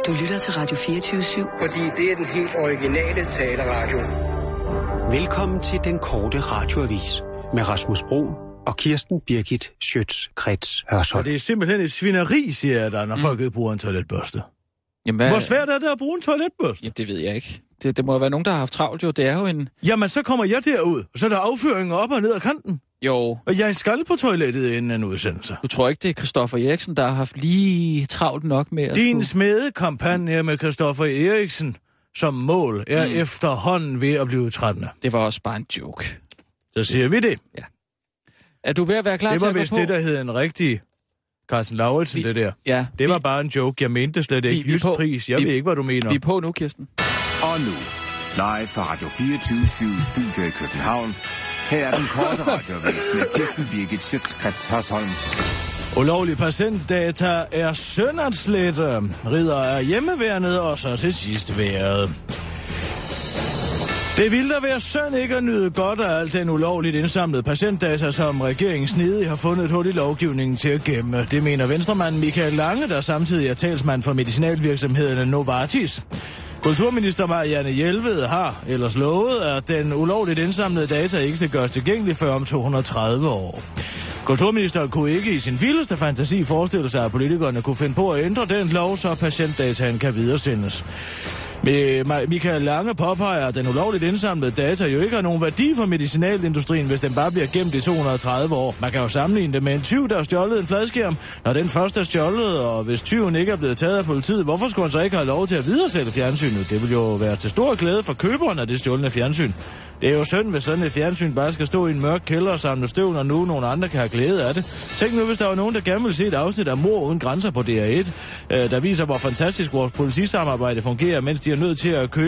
Du lytter til Radio 24/7. Fordi det er den helt originale taleradio. Velkommen til den korte radioavis med Rasmus Bro og Kirsten Birgit Schøtz-Krets Hørsholm. Og det er simpelthen et svineri, siger jeg dig, når folk ikke bruger en toiletbørste. Jamen, hvor svært er det at bruge en toiletbørste? Ja, det ved jeg ikke. Det må være nogen, der har haft travlt, jo. Det er jo en... Jamen, så kommer jeg derud, og så er der afføringen op og ned ad kanten. Jo. Og jeg skal på toilettet inden en udsendelse. Du tror ikke, det er Christoffer Eriksen, der har haft lige travlt nok med at... Din smedekampagne med Christoffer Eriksen som mål er efterhånden ved at blive trættende. Det var også bare en joke. Så siger vi det. Ja. Er du ved at være klar til at gå på? Det var vist det, der hed en rigtig Carsten Lauritsen, det der. Ja. Det var bare en joke. Jeg mente det slet ikke. Just pris. Jeg ved ikke, hvad du mener. Vi er på nu, Kirsten. Og nu, live fra Radio 24/7 Studio i København. Her er den korte radioavis med Kirsten Birgit Schøtz-Krets Hørsholm. Ulovlig patientdata er synd at slette. Ridder er hjemmeværnet, og så til sidst vejret. Det ville da være synd ikke at nyde godt af alt den ulovligt indsamlede patientdata, som regeringen snedigt har fundet et hul i lovgivningen til at gemme. Det mener venstremanden Michael Lange, der samtidig er talsmand for medicinalvirksomheden Novartis. Kulturminister Marianne Jelved har ellers lovet, at den ulovligt indsamlede data ikke skal gøres tilgængelig før om 230 år. Kulturministeren kunne ikke i sin vildeste fantasi forestille sig, at politikerne kunne finde på at ændre den lov, så patientdataen kan videresendes. Michael Lange påpeger, at den ulovligt indsamlede data jo ikke har nogen værdi for medicinalindustrien, hvis den bare bliver gemt i 230 år. Man kan jo sammenligne det med en tyv, der har stjålet en fladskærm. Når den først er stjålet, og hvis tyven ikke er blevet taget af politiet, hvorfor skulle han så ikke have lov til at videresætte fjernsynet? Det vil jo være til stor glæde for køberen af det stjålne fjernsyn. Det er jo synd, hvis sådan et fjernsyn bare skal stå i en mørk kælder og samle støv, når nu nogle andre kan have glæde af det. Tænk nu, hvis der var nogen, der gerne ville se et afsnit af Mord uden grænser på DR1, der viser, hvor fantastisk vores politisamarbejde fungerer, mens de var nødt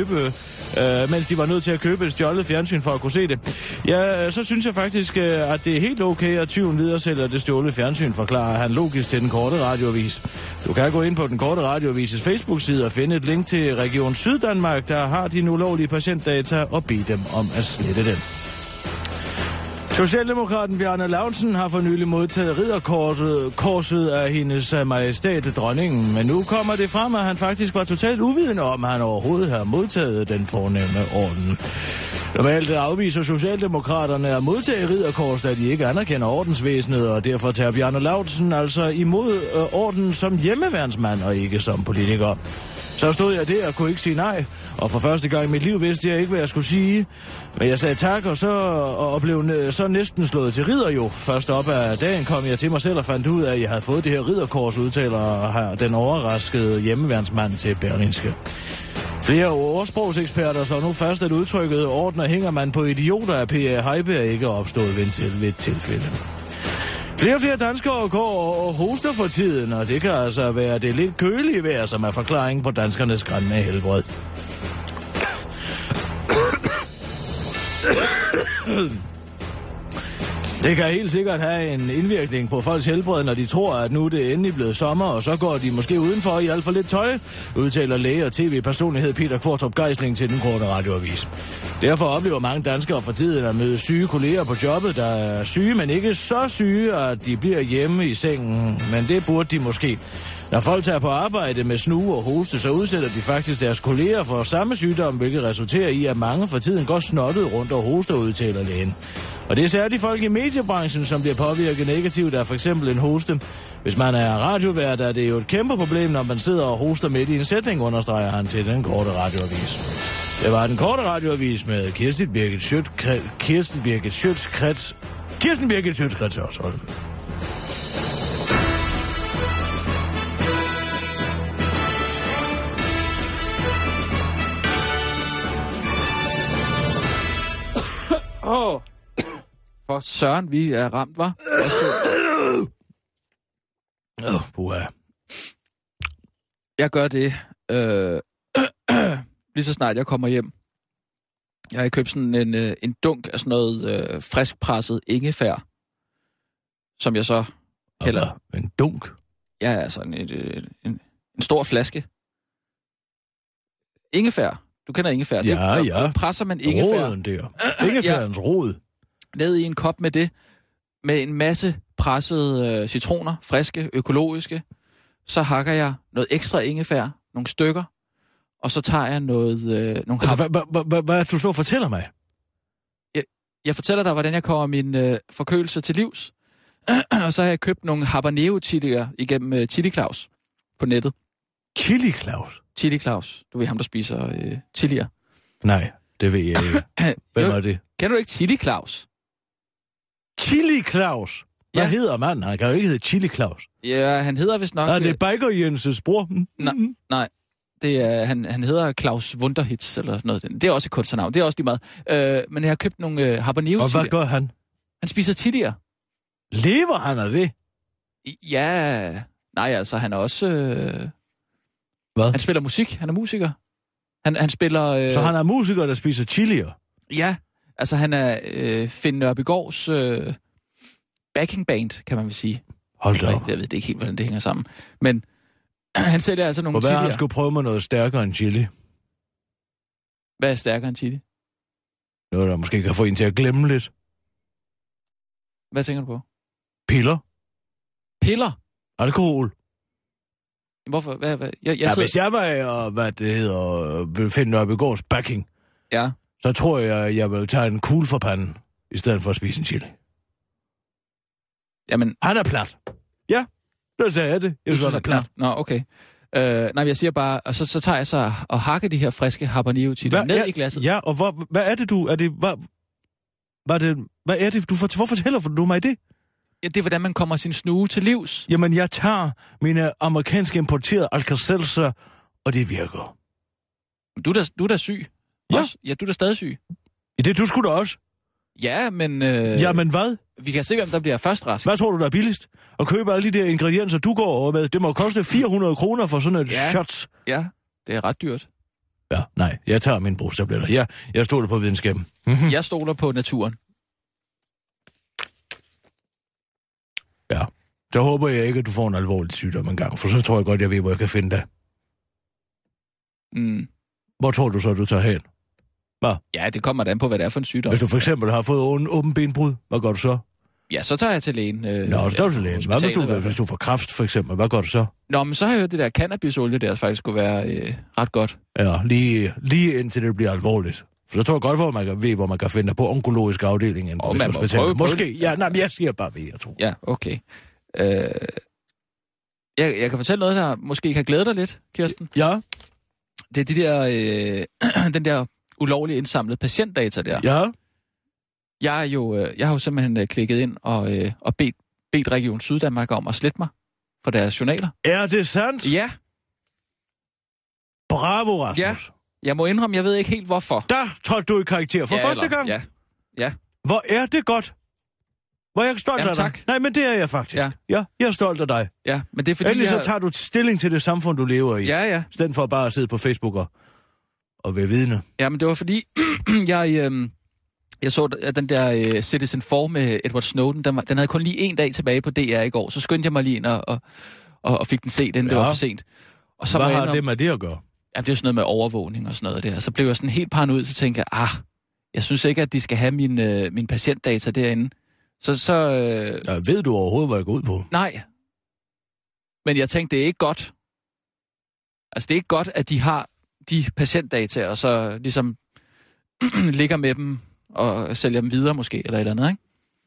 til at købe et stjålet fjernsyn for at kunne se det. Ja, så synes jeg faktisk, at det er helt okay, at tyven videresælger det stjålne fjernsyn, forklarer han logisk til den korte radioavis. Du kan gå ind på den korte radioavises Facebook-side og finde et link til Region Syddanmark, der har de ulovlige patientdata, og bede dem om at slette dem. Socialdemokraten Bjarne Laustsen har for nylig modtaget ridderkorset af hendes majestæt dronningen, men nu kommer det frem, at han faktisk var totalt uvidende om, at han overhovedet har modtaget den fornemme orden. Normalt afviser Socialdemokraterne at modtage ridderkors, da de ikke anerkender ordensvæsenet, og derfor tager Bjarne Laustsen altså imod orden som hjemmeværnsmand og ikke som politiker. Så stod jeg der og kunne ikke sige nej, og for første gang i mit liv vidste jeg ikke, hvad jeg skulle sige. Men jeg sagde tak, og blev så næsten slået til ridder jo. Først op ad dagen kom jeg til mig selv og fandt ud af, at jeg havde fået det her ridderkors, udtaler den overraskede hjemmeværnsmand til Berlingske. Flere ordsprogseksperter slår nu fast, at udtrykket ordner hænger man på idioter af P.A. Heiberg ikke er opstået ved et tilfælde. Flere og flere danskere går og hoster for tiden, og det kan altså være det lidt kølige vejr, som er forklaringen på danskernes skræmmende helbred. Det kan helt sikkert have en indvirkning på folks helbred, når de tror, at nu er det endelig blevet sommer, og så går de måske udenfor i alt for lidt tøj, udtaler læge og tv-personlighed Peter Kvartrup Geisling til den korte radioavis. Derfor oplever mange danskere for tiden at møde syge kolleger på jobbet, der er syge, men ikke så syge, at de bliver hjemme i sengen, men det burde de måske. Når folk tager på arbejde med snue og hoste, så udsætter de faktisk deres kolleger for samme sygdom, hvilket resulterer i, at mange for tiden går snottet rundt og hoster, udtaler lægen. Og det er særligt folk i mediebranchen, som bliver påvirket negativt af for eksempel en hoste. Hvis man er radiovært, er det jo et kæmpe problem, når man sidder og hoster midt i en sætning, understreger han til den korte radioavis. Det var den korte radioavis med Kirsten Birgit Schøtz-Krets Hørsholm. For søren, vi er ramt, hva'? Puha. Jeg gør det, lige så snart jeg kommer hjem. Jeg har købt sådan en dunk af sådan noget friskpresset ingefær, som jeg så hælder. En dunk? Ja, altså en stor flaske. Ingefær. Du kender ingefær. Ja. Der presser man ingefær. Roden der. Ingefærens rod. Ned i en kop med det, med en masse pressede citroner, friske, økologiske. Så hakker jeg noget ekstra ingefær, nogle stykker, og så tager jeg nogle hvad er det, du står og fortæller mig? Jeg fortæller dig, hvordan jeg kommer min forkølelse til livs. Og så har jeg købt nogle habanero-chilier igennem Chili Claus på nettet. Chili Claus? Chili Claus. Du ved ham, der spiser chilier. Nej, det ved jeg ikke. Hvem er det? Kender du ikke Chili Claus? Chili Claus? Hvad hedder manden? Han kan jo ikke hedde Chili Claus. Ja, han hedder vist nok... Nej, det er Biker Jenses bror. Nej. Det er, han hedder Claus Wunderhits, eller noget. Det er også et kunstnernavn. Det er også lige meget. Men jeg har købt nogle habanero-chilier. Og hvad gør han? Han spiser chilier. Lever han af det? Ja... Nej, altså, han er også... Hvad? Han spiller musik. Han er musiker. Han spiller... Så han er musiker, der spiser chilier? Ja. Altså, han er Finn Nørbegaards backing band, kan man vel sige. Hold da op. Jeg ved ikke helt, hvordan det hænger sammen. Men han sælger altså nogle chilier. Hvad han skulle prøve med noget stærkere end chili? Hvad er stærkere end chili? Noget, der måske kan få en til at glemme lidt. Hvad tænker du på? Piller. Piller? Alkohol. Hvorfor? Hvad? Hvis jeg var, hvad det hedder, Finn Nørbegaards backing, ja, så tror jeg vil tage en kugle for panden, i stedet for at spise en chili. Jamen... Han er plat. Ja, det sagde jeg det. Jeg synes, han er plat. Nå, okay. Nej, jeg siger bare, og så tager jeg så og hakker de her friske habanero-chilier ned i glasset. Ja, og hvad er det, du... Er det, hvad er det, du... Hvorfor fortæller du mig det? Ja, det er, hvordan man kommer sin snue til livs. Jamen, jeg tager mine amerikanske importerede Alka-Seltzer, og det virker. Du er da syg. Ja. Også? Ja, du er da stadig syg. Ja, det er du sgu da også. Ja, men... Jamen, hvad? Vi kan se, hvem der bliver først rask. Hvad tror du, der er billigst? At købe alle de der ingredienser, du går over med. Det må koste 400 kroner for sådan et shots. Ja, det er ret dyrt. Ja, nej, jeg tager min brugstabletter. Jeg stoler på videnskaben. Jeg stoler på naturen. Ja, så håber jeg ikke, at du får en alvorlig sygdom engang, for så tror jeg godt, jeg ved, hvor jeg kan finde dig. Hvor tror du så, du tager hen? Hvad? Ja, det kommer an på, hvad det er for en sygdom. Hvis du for eksempel har fået en åben benbrud, hvad gør du så? Ja, så tager jeg til lægen. Nå, så tager du til lægen. Hvad hvis du får kræft, for eksempel? Hvad gør du så? Nå, men så har jeg hørt, det der cannabisolie der faktisk skulle være ret godt. Ja, lige indtil det bliver alvorligt. For så tror jeg godt, hvor man kan, hvor man kan finde dig på onkologisk afdeling. Måske. Ja, nej, men jeg siger bare, hvad jeg tror. Ja, okay. Jeg kan fortælle noget, der måske kan glæde dig lidt, Kirsten. Ja. Det er de der, den der ulovligt indsamlede patientdata der. Ja. Jeg har jo simpelthen klikket ind og bedt Region Syddanmark om at slette mig for deres journaler. Er det sandt? Ja. Bravo, Rasmus. Ja. Jeg må indrømme, jeg ved ikke helt hvorfor. Der trådte du i karakter for første gang. Ja. Hvor er det godt. Hvor er jeg stolt af dig. Tak. Nej, men det er jeg faktisk. Ja, jeg er stolt af dig. Ja, men det er fordi endelig så tager du stilling til det samfund, du lever i. Ja. I stedet for bare at sidde på Facebook og være vidne. Ja, men det var fordi, jeg så at den der Citizen 4 med Edward Snowden, den havde kun lige en dag tilbage på DR i går. Så skyndte jeg mig lige ind og fik den set, inden det var for sent. Og så hvad har det med det at gøre? Ja, det er jo sådan noget med overvågning og sådan noget der. Så blev jeg sådan helt paranoid, så tænkte jeg synes ikke, at de skal have min patientdata derinde. Så ved du overhovedet, hvad det går ud på? Nej. Men jeg tænkte, det er ikke godt. Altså, det er ikke godt, at de har de patientdata, og så ligesom ligger med dem og sælger dem videre måske, eller et eller andet, ikke?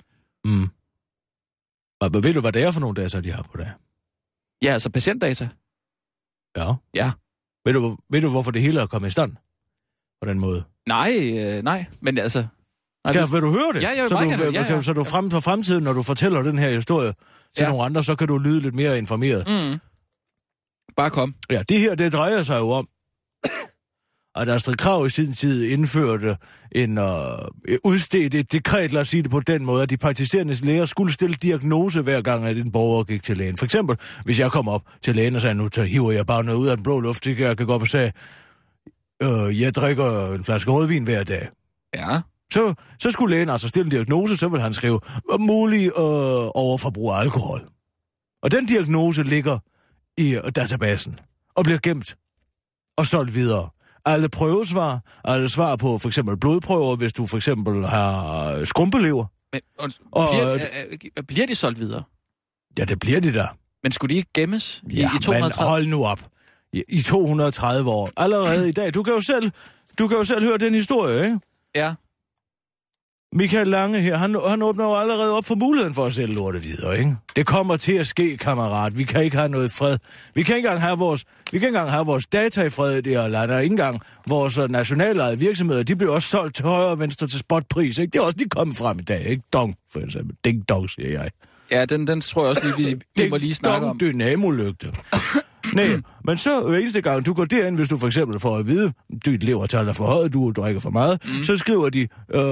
Men ved du, hvad det er for nogle data, de har på det? Ja, altså patientdata. Ja. Ved du, hvorfor det hele er kommet i stand? På den måde? Nej, men altså... Vil du høre det? Ja, jeg vil meget gerne høre det. Så du frem for fremtiden, når du fortæller den her historie til nogle andre, så kan du lyde lidt mere informeret. Bare kom. Ja, det drejer sig jo om, at Astrid Krag i sin tid indførte udstedt et dekret, lad os sige det på den måde, at de praktiserende læger skulle stille diagnose hver gang, at en borger gik til lægen. For eksempel, hvis jeg kom op til lægen og sagde, nu hiver jeg bare noget ud af den blå luft, så jeg kan gå op og sige, jeg drikker en flaske rødvin hver dag. Ja. Så skulle lægen altså stille en diagnose, så vil han skrive, mulig overforbrug af alkohol. Og den diagnose ligger i databasen og bliver gemt og solgt videre. Alle prøvesvar, alle svar på for eksempel blodprøver, hvis du for eksempel har skrumpelever. Men, bliver de solgt videre? Ja, det bliver de der. Men skulle de ikke gemmes i 230? Men hold nu op. i 230 år. Allerede i dag. Du kan jo selv høre den historie, ikke? Ja. Michael Lange her, han åbner jo allerede op for muligheden for at sælge lortet videre, ikke? Det kommer til at ske, kammerat. Vi kan ikke have noget fred. Vi kan ikke engang have vores data i fred i det her land. Ikke engang vores nationalejede virksomheder, de bliver også solgt til højre og venstre til spotpris, ikke? Det er også lige kommet frem i dag, ikke? Dong, for eksempel. Ding dong, siger jeg. Ja, den tror jeg også lige, vi må lige snakke om. Dynamolygte. Nej, men så hver eneste gang, du går derind, hvis du for eksempel får at vide, dit levertal er for højt, du drikker for meget, så skriver de,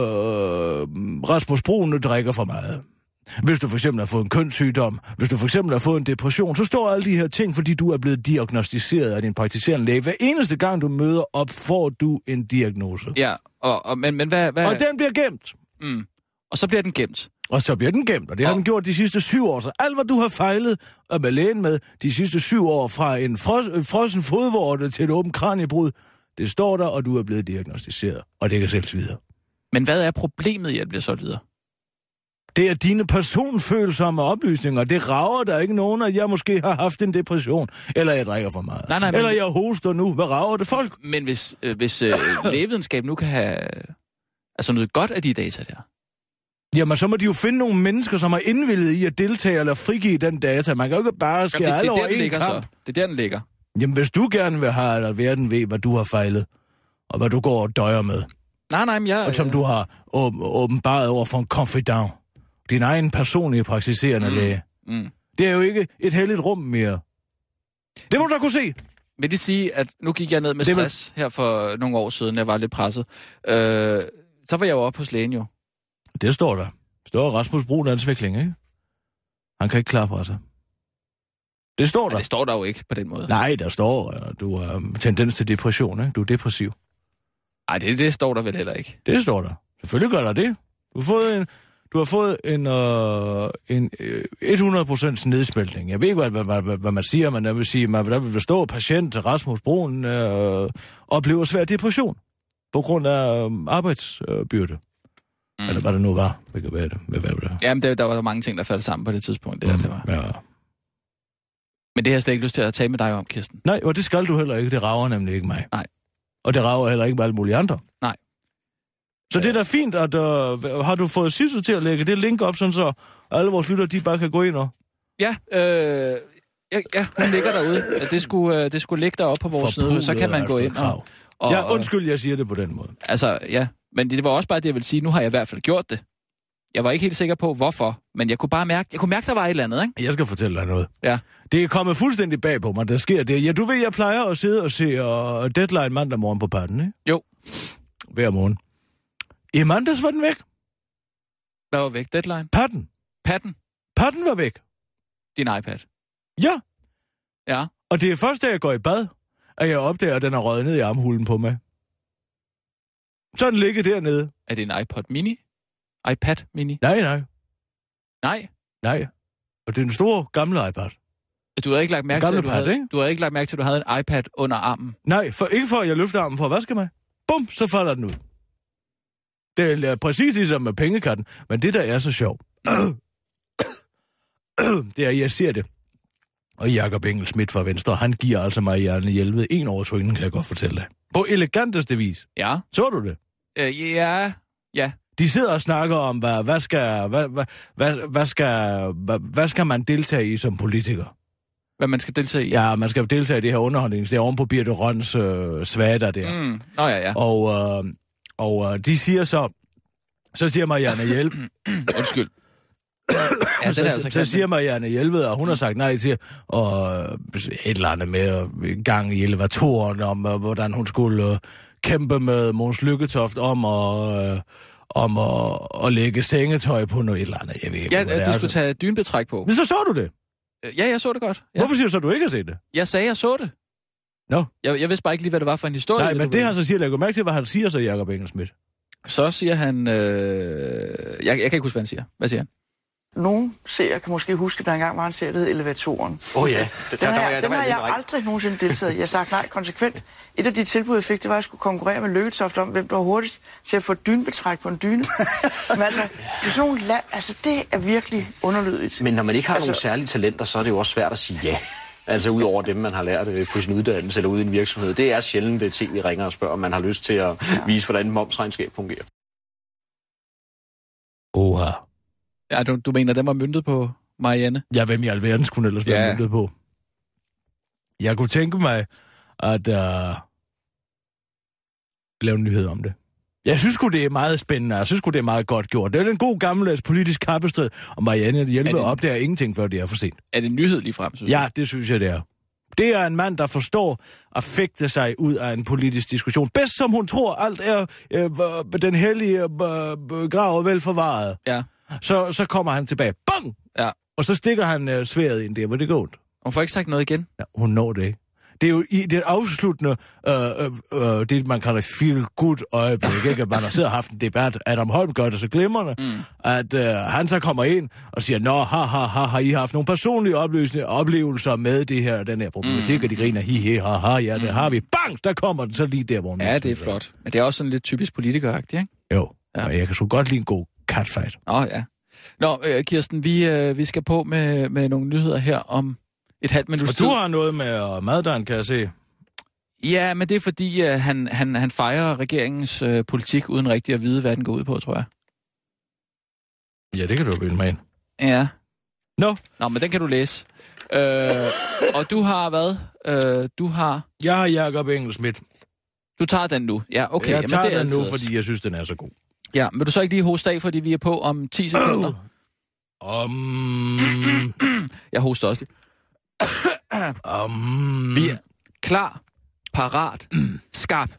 Rasmus Broen drikker for meget. Hvis du for eksempel har fået en kønssygdom, hvis du for eksempel har fået en depression, så står alle de her ting, fordi du er blevet diagnosticeret af din praktiserende læge. Hver eneste gang, du møder op, får du en diagnose. Ja, men hvad... Og den bliver gemt. Mm. Og så bliver den gemt. Og så bliver den gemt, og det har den gjort de sidste 7 år. Så alt, hvad du har fejlet med lægen med de sidste 7 år, fra en frossen fodvorte til et åbent kraniebrud, det står der, og du er blevet diagnosticeret, og det kan sælges videre. Men hvad er problemet i at blive solgt videre? Det er dine personfølsomme oplysninger. Det rager der ikke nogen, at jeg måske har haft en depression, eller jeg drikker for meget, nej, eller jeg hoster nu. Hvad rager det folk? Men hvis lægevidenskab nu kan have noget godt af de data der, jamen, så må de jo finde nogle mennesker, som har indvillet i at deltage eller frigive den data. Man kan jo ikke bare skære alle over en kamp. Det er der, den ligger. Jamen, hvis du gerne vil have, at verden ved, hvad du har fejlet, og hvad du går og døjer med. Nej, men jeg... Og som du har åbenbaret over for en confidant. Din egen personlige praktiserende læge. Mm. Det er jo ikke et helligt rum mere. Det må du da kunne se. Vil det sige, at nu gik jeg ned med stress her for nogle år siden, jeg var lidt presset. Så var jeg jo oppe hos lægen jo. Det står der. Det står Rasmus Broen ansvikling, ikke? Han kan ikke klare sig. Det står der. Ja, det står der jo ikke på den måde. Nej, der står, du har tendens til depression, ikke? Du er depressiv. Nej, det står der vel heller ikke. Det står der. Selvfølgelig gør der det. Du har fået en 100% nedsmeltning. Jeg ved ikke, hvad man siger, men jeg vil sige, der vil stå patient Rasmus Broen oplever svær depression på grund af arbejdsbyrde. Eller hvad det nu var. Det kan være det. Jamen, der var mange ting, der faldt sammen på det tidspunkt. Det var. Ja. Men det har jeg slet ikke lyst til at tale med dig om, Kirsten. Nej, og det skal du heller ikke. Det rager nemlig ikke mig. Nej. Og det rager heller ikke med alle mulige andre. Nej. Så det er da fint, at har du fået Sisse til at lægge det link op, sådan så alle vores lytter, de bare kan gå ind og... Ja, hun ligger derude. Det skulle ligge deroppe på vores side, så kan man gå ind og... Ja, undskyld, jeg siger det på den måde. Altså, ja. Men det var også bare det, jeg ville sige. Nu har jeg i hvert fald gjort det. Jeg var ikke helt sikker på, hvorfor. Men jeg kunne bare mærke, der var et eller andet, ikke? Jeg skal fortælle dig noget. Ja. Det er kommet fuldstændig bag på mig, der sker det. Ja, du ved, jeg plejer at sidde og se Deadline mandag morgen på Patten, ikke? Jo. Hver morgen. I mandags var den væk. Hvad var væk? Deadline? Patten. Patten var væk. Din iPad? Ja. Ja. Og det er først, da jeg går i bad, at jeg opdager, at den er røget ned i armhulen på mig. Så den ligger dernede. Er det en iPod mini? iPad mini? Nej. Nej? Og det er en stor, gamle iPad. Du havde ikke lagt mærke til, at du havde en iPad under armen? Nej, ikke for at jeg løfter armen for at vaske mig. Bum, så falder den ud. Det er præcis ligesom med pengekatten, men det der er så sjovt, det er, jeg ser det. Og Jakob Engel-Schmidt fra Venstre, han giver altså Marianne Jelved 1 års rynden, kan jeg godt fortælle dig. På eleganteste vis. Ja. Så du det? Ja. De sidder og snakker om, hvad skal man deltage i som politiker? Hvad man skal deltage i? Ja, man skal deltage i det her underholdning. Det er oven på Birte Røns svater der. Ja. Og de siger så siger Marianne Jelved... Undskyld. Ja, så siger Marianne Jelved, og hun har sagt nej til et eller andet med gang i elevatoren, om hvordan hun skulle kæmpe med Mogens Lykketoft om at lægge sengetøj på noget et eller andet. Jeg ved ikke, du skulle tage dynbetræk på. Men så du det? Ja, jeg så det godt. Ja. Hvorfor siger du så, du ikke har set det? Jeg sagde, jeg så det. Nå. Jeg vidste bare ikke lige, hvad det var for en historie. Nej, men det han så siger, jeg går mærke til, hvad han siger så, Jakob Engel-Schmidt. Så siger han... Jeg kan ikke huske, hvad han siger. Hvad siger han? Nogle seere kan måske huske, der engang var en serie, der hed Elevatoren. Ja. Den har jeg aldrig nogensinde deltaget i. Jeg har sagt nej konsekvent. Et af de tilbud, jeg fik, det var, at jeg skulle konkurrere med Lykketoft om, hvem der var hurtigst til at få dynbetræk på en dyne. Men altså, det er sådan nogle det er virkelig underlydigt. Men når man ikke har nogle særlige talenter, så er det jo også svært at sige ja. Altså ud over dem, man har lært på sin uddannelse eller ude i en virksomhed. Det er sjældent, det TV ringer og spørger, om man har lyst til at vise, hvordan momsregnskab fungerer. Oha. Ja, du mener, den var møntet på Marianne? Ja, hvem i alverden skulle ellers være møntet på? Jeg kunne tænke mig at lave en nyhed om det. Jeg synes sgu, det er meget spændende. Jeg synes sgu, det er meget godt gjort. Det er en god gammeldags politisk kappestrid, og Marianne hjælper op, der er ingenting, før det er for sent. Er det en nyhed lige frem, synes Ja, det synes jeg, det er. Det er en mand, der forstår at fægte sig ud af en politisk diskussion. Bedst som hun tror, alt er den hellige grav velforvaret. Ja. Så kommer han tilbage. Bang! Ja. Og så stikker han sværet ind der, hvor det går ondt. Hun får ikke sagt noget igen? Ja, hun når det ikke. Det er jo i det afsluttende, det man kalder feel-good øjeblik, ikke? At man har siddet og haft en debat, Adam Holm gør det så glimrende, at han så kommer ind og siger, nå, har I haft nogle personlige oplevelser med det her, den her problematik, og de griner, ja, det har vi. Bang, der kommer den så lige der, hvor den ja, det er flot. Men det er også sådan lidt typisk politikeragtigt, ikke? Jo, ja. Men jeg kan sgu godt lide en god catfight. Ja. Nå, Kirsten, vi skal på med nogle nyheder her om et halvt minut. Og du har noget med Maddan, kan jeg se. Ja, men det er fordi, han fejrer regeringens politik, uden rigtig at vide, hvad den går ud på, tror jeg. Ja, det kan du jo bilde mig ind. Ja. Nå, men den kan du læse. Og du har hvad? Jeg har Jakob Engel-Schmidt. Du tager den nu? Ja, okay. Jeg tager det den nu, fordi jeg synes, den er så god. Ja, vil du så ikke lige hoste af, fordi vi er på om 10 sekunder? Jeg hoster også lige. Vi er klar, parat, skarp.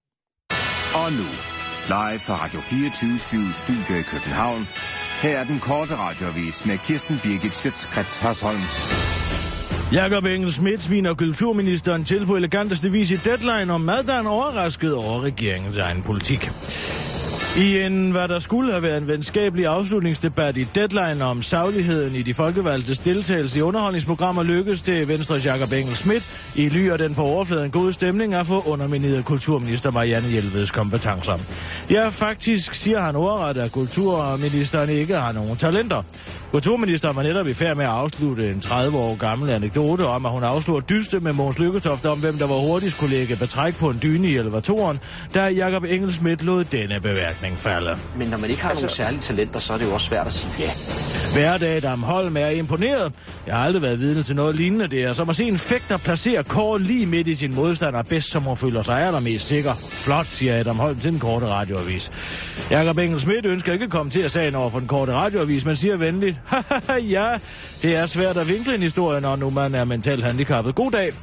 Og nu, live fra Radio 24/7 Studio i København. Her er den korte radioavis med Kirsten Birgit Schøtz-Krets Hørsholm. Jakob Engel-Schmidt sviner kulturministeren til på eleganteste vis i Deadline om Maddan overrasket over regeringens egen politik. I hvad der skulle have været en venskabelig afslutningsdebat i Deadline om sagligheden i de folkevalgtes deltagelse i underholdningsprogrammer, lykkedes det Venstres Jakob Engel-Schmidt i ly af den på overfladen gode stemning at få undermineret kulturminister Marianne Jelveds kompetencer. Ja, faktisk siger han ordret, at kulturministeren ikke har nogen talenter. Kulturministeren var netop i færd med at afslutte en 30 år gammel anekdote om, at hun afslog dyste med Mogens Lykketoft om, hvem der var hurtigst kunne lægge betræk på en dyne i elevatoren, da Jakob Engel-Schmidt lod denne beværkning falde. Men når man ikke har nogen særlige talenter, så er det jo også svært at sige ja. Hverdag Adam Holm er imponeret. Jeg har aldrig været vidne til noget lignende. Det er som at se en fægter placere Kåre lige midt i sin modstander, bedst som hun føler sig allermest sikker. Flot, siger Adam Holm til den korte radioavis. Jakob Engel-Schmidt ønsker ikke at komme til at sagen over for den korte radioavis, men siger venligt, ja, det er svært at vinkle en historie, når nu man er mentalt handicappet. God dag.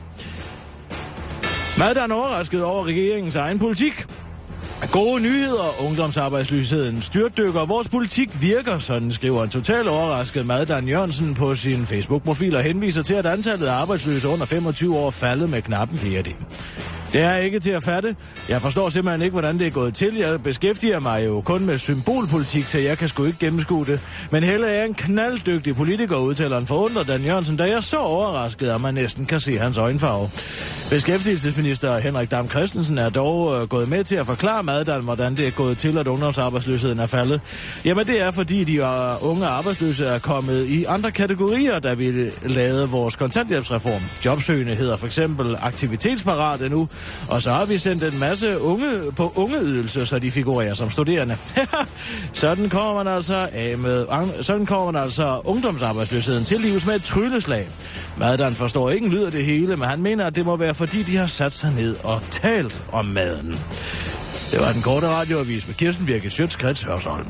Maddan overrasket over regeringens egen politik. Gode nyheder. Ungdomsarbejdsløsheden styrtdykker. Vores politik virker, sådan skriver en totalt overrasket Maddan Jørgensen på sin Facebook-profil og henviser til, at antallet af arbejdsløse under 25 år er faldet med knap en fjerdedel. Det er ikke til at fatte. Jeg forstår simpelthen ikke, hvordan det er gået til. Jeg beskæftiger mig jo kun med symbolpolitik, så jeg kan sgu ikke gennemskue det. Men Helle er en knalddygtig politiker, udtaler en forundret Dan Jørgensen, da jeg så overrasket, at man næsten kan se hans øjenfarve. Beskæftigelsesminister Henrik Dam Christensen er dog gået med til at forklare Maddan, hvordan det er gået til, at ungdomsarbejdsløsheden er faldet. Jamen det er, fordi de unge arbejdsløse er kommet i andre kategorier, da vi lavede vores kontanthjælpsreform. Jobsøgende hedder for eksempel aktivitetsparate nu, og så har vi sendt en masse unge på ungeydelse, så de figurerer som studerende. Sådan kommer man altså ungdomsarbejdsløsheden til livs med et trylleslag. Maddan forstår ikke en lyd af det hele, men han mener, at det må være, fordi de har sat sig ned og talt om maden. Det var den korte radioavis med Kirsten Birgit Schøtz-Krets Hørsholm.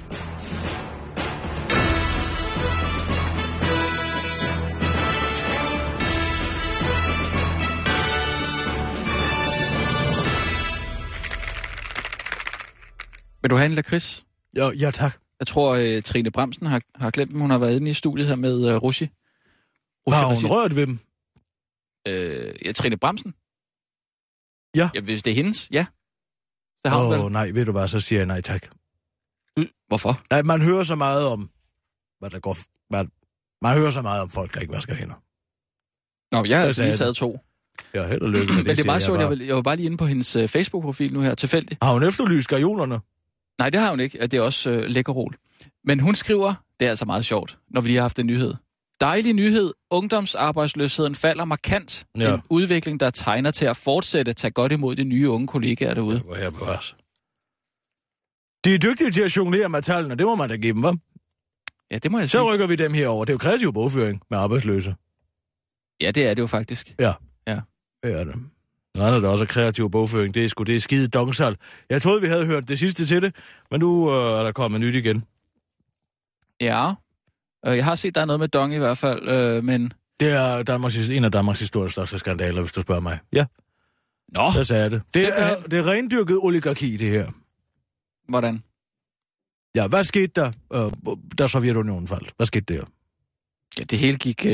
Vil du have en lakrids? Ja, tak. Jeg tror, Trine Bramsen har glemt dem. Hun har været inde i studiet her med Rushi. Har hun rørt ved dem? Ja, Trine Bramsen? Ja. Ja, hvis det er hendes, ja. Så har hun vel. Nej, ved du hvad, så siger jeg nej tak. Hvorfor? Nej, man hører så meget om, hvad der går... Man hører så meget om folk, der ikke vasker hænder. Nå, jeg har altså lige taget 2. Ja, held og lykke med det. Men det er meget sjovt, jeg var bare lige inde på hendes Facebook-profil nu her, tilfældigt. Har hun efterlyst gajolerne? Nej, det har hun ikke. Det er også lækkerol. Men hun skriver, det er altså meget sjovt, når vi lige har haft en nyhed. Dejlig nyhed. Ungdomsarbejdsløsheden falder markant. Ja. En udvikling, der tegner til at fortsætte. Tag godt imod de nye unge kollegaer derude. Det var her på os. De er dygtige til at jonglere med tallene. Det må man da give dem, hva'? Ja, det må jeg sige. Så rykker vi dem herover. Det er jo kreativ bogføring med arbejdsløse. Ja, det er det jo faktisk. Ja. Ja. Det er det. Noget andet, der også er kreativ bogføring, det er skide dongsal. Jeg troede, vi havde hørt det sidste til det, men nu er der kommet nyt igen. Ja. Jeg har set, der er noget med dong i hvert fald, men... Det er en af Danmarks historiske største skandaler, hvis du spørger mig. Ja. Nå. Så sagde jeg det. Det er rendyrket oligarki, det her. Hvordan? Ja, hvad skete der, da Sovjetunionen faldt? Hvad skete der? Ja, det hele gik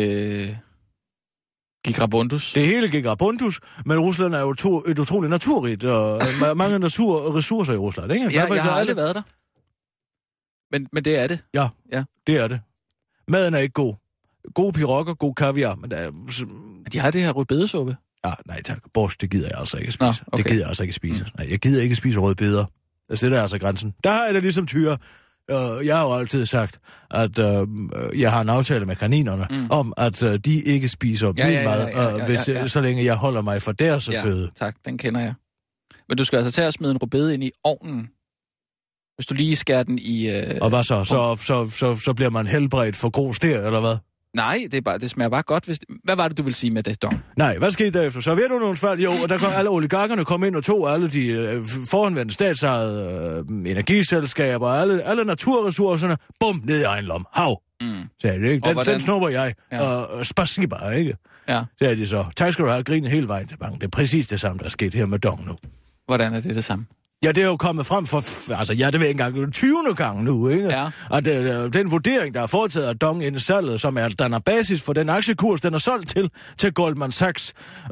rabundus. Det hele gik rabundus, men Rusland er jo et utroligt naturrigt, og mange naturressourcer i Rusland, ikke? Ja, jeg har aldrig været der. Men det er det. Ja, ja, det er det. Maden er ikke god. God pirogger, god kaviar, men der er... De har det her rødbedesuppe. Ja, nej tak. Borst, det gider jeg altså ikke spise. Nå, okay. Det gider jeg altså ikke spise. Nej, jeg gider ikke spise rødbeder. Altså, det der er altså grænsen. Der har jeg det ligesom Tyre. Jeg har jo altid sagt, at jeg har en aftale med kaninerne om, at de ikke spiser min mad, så længe jeg holder mig for deres føde. Tak, den kender jeg. Men du skal altså tage og smide en rødbede ind i ovnen, hvis du lige skærer den i... Og hvad så? Så bliver man helbredt for grus der, eller hvad? Nej, det smager bare godt. Hvad var det, du ville sige med det, dong? Nej, hvad skete der efter? Sovjetunionens fald, jo, og der kom alle oligarkerne kom ind og tog alle de forhåndvendte statsejede energiselskaber, alle naturressourcerne, bum, ned i egen lom. Hav, sagde det, ikke? Den snupper jeg. Og spasiba, ikke? Ja. Sagde de så. Tak skal du have, grinet hele vejen til banken. Det er præcis det samme, der er sket her med dong nu. Hvordan er det samme? Ja, det er jo kommet frem for, det ved jeg ikke engang, 20. gang nu, ikke? Ja. Og den vurdering, der er foretaget af dong inden salget, som danner basis for den aktiekurs, den er solgt til Goldman Sachs,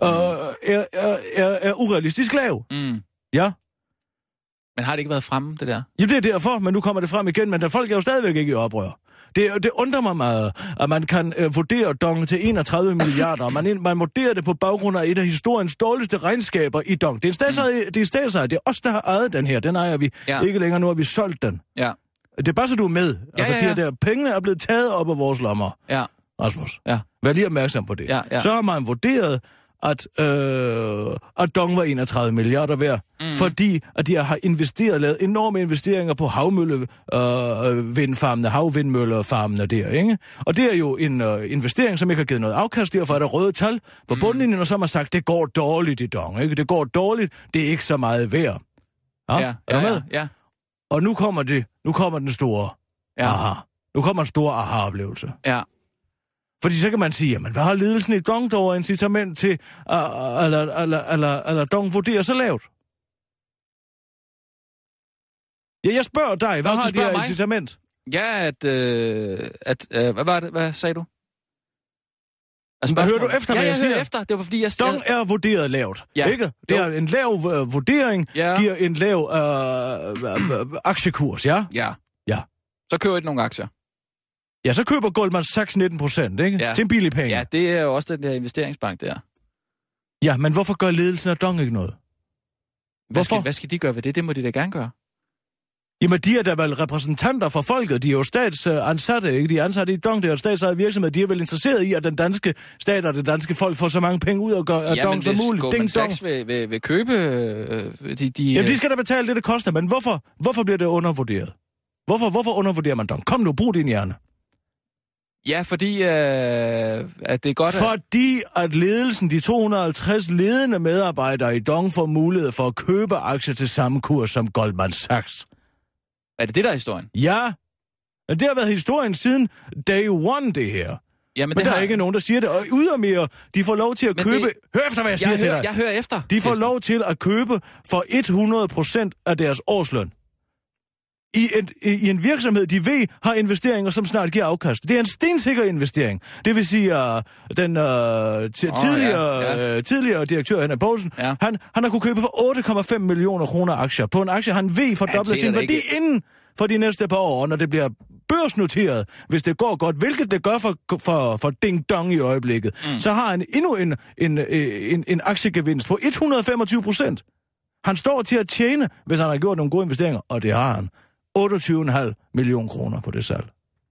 er urealistisk lav. Mm. Ja. Men har det ikke været fremme, det der? Ja, det er derfor, men nu kommer det frem igen, men der folk er jo stadigvæk ikke i oprør. Det undrer mig meget, at man kan vurdere dong til 31 milliarder. Man vurderer det på baggrund af et af historiens dårligste regnskaber i dong. Det er statsejet. Det er os, der har ejet den her. Den ejer vi ikke længere. Nu har vi solgt den. Ja. Det er bare så, du er med. Altså, de der pengene er blevet taget op af vores lommer. Ja. Rasmus. Ja. Vær lige opmærksom på det. Ja. Så har man vurderet, at dong var 31 milliarder værd, fordi at de har lavet enorme investeringer på havvindmøllefarmene der, ikke? Og det er jo en investering, som ikke har givet noget afkast, derfor er der røde tal på bundlinjen, og så har man sagt, det går dårligt i dong, ikke? Det går dårligt, det er ikke så meget værd. Ja, er du med? Ja. Og nu kommer den store aha. Nu kommer en stor aha-oplevelse. Ja. Fordi så kan man sige, jamen, hvad har ledelsen i dong dog incitament til, eller dong vurderer så lavt? Ja, jeg spørger dig, hvad har de her incitament? Ja, hvad var det? Hvad sagde du? Altså, hører du efter, hvad jeg siger? Ja, jeg hører efter. Det var fordi, dong er vurderet lavt, ikke? Det er en lav vurdering, giver en lav aktiekurs, ja? Ja. Ja. Så køber de nogle aktier. Ja, så køber Goldman Sachs 19%, ikke? Ja. Til en billig penge. Ja, det er jo også den der investeringsbank der. Ja, men hvorfor gør ledelsen af dong ikke noget? Hvad skal de gøre ved det? Det må de da gerne gøre. Jamen, de er da vel repræsentanter for folket. De er jo statsansatte, ikke? De er ansatte i dong, det er jo statsejet virksomhed. De er vel interesseret i, at den danske stat og det danske folk får så mange penge ud af dong som muligt. Ja, men hvis Goldman Sachs vil købe... Jamen, de skal da betale det koster, men hvorfor bliver det undervurderet? Hvorfor undervurderer man dong? Kom nu, brug din hjerne. Ja, fordi at det er godt... Fordi at ledelsen, de 250 ledende medarbejdere i dong, får mulighed for at købe aktier til samme kurs som Goldman Sachs. Er det der er historien? Ja. Det har været historien siden day one, det her. Ja, men der er ikke nogen, der siger det. Og ydermere, de får lov til at købe... Hør efter, hvad jeg siger til dig. Jeg hører efter. De får lov til at købe for 100% af deres årsløn. I en virksomhed, de ved, har investeringer, som snart giver afkast. Det er en stensikker investering. Det vil sige, den tidligere direktør, Henrik Poulsen, han har kunnet købe for 8,5 millioner kroner aktier. På en aktie, han ved fordobler sin værdi inden for de næste par år, når det bliver børsnoteret, hvis det går godt, hvilket det gør for Ding Dong i øjeblikket, så har han endnu en aktiegevinst på 125%. Han står til at tjene, hvis han har gjort nogle gode investeringer, og det har han. 28,5 millioner kroner på det salg.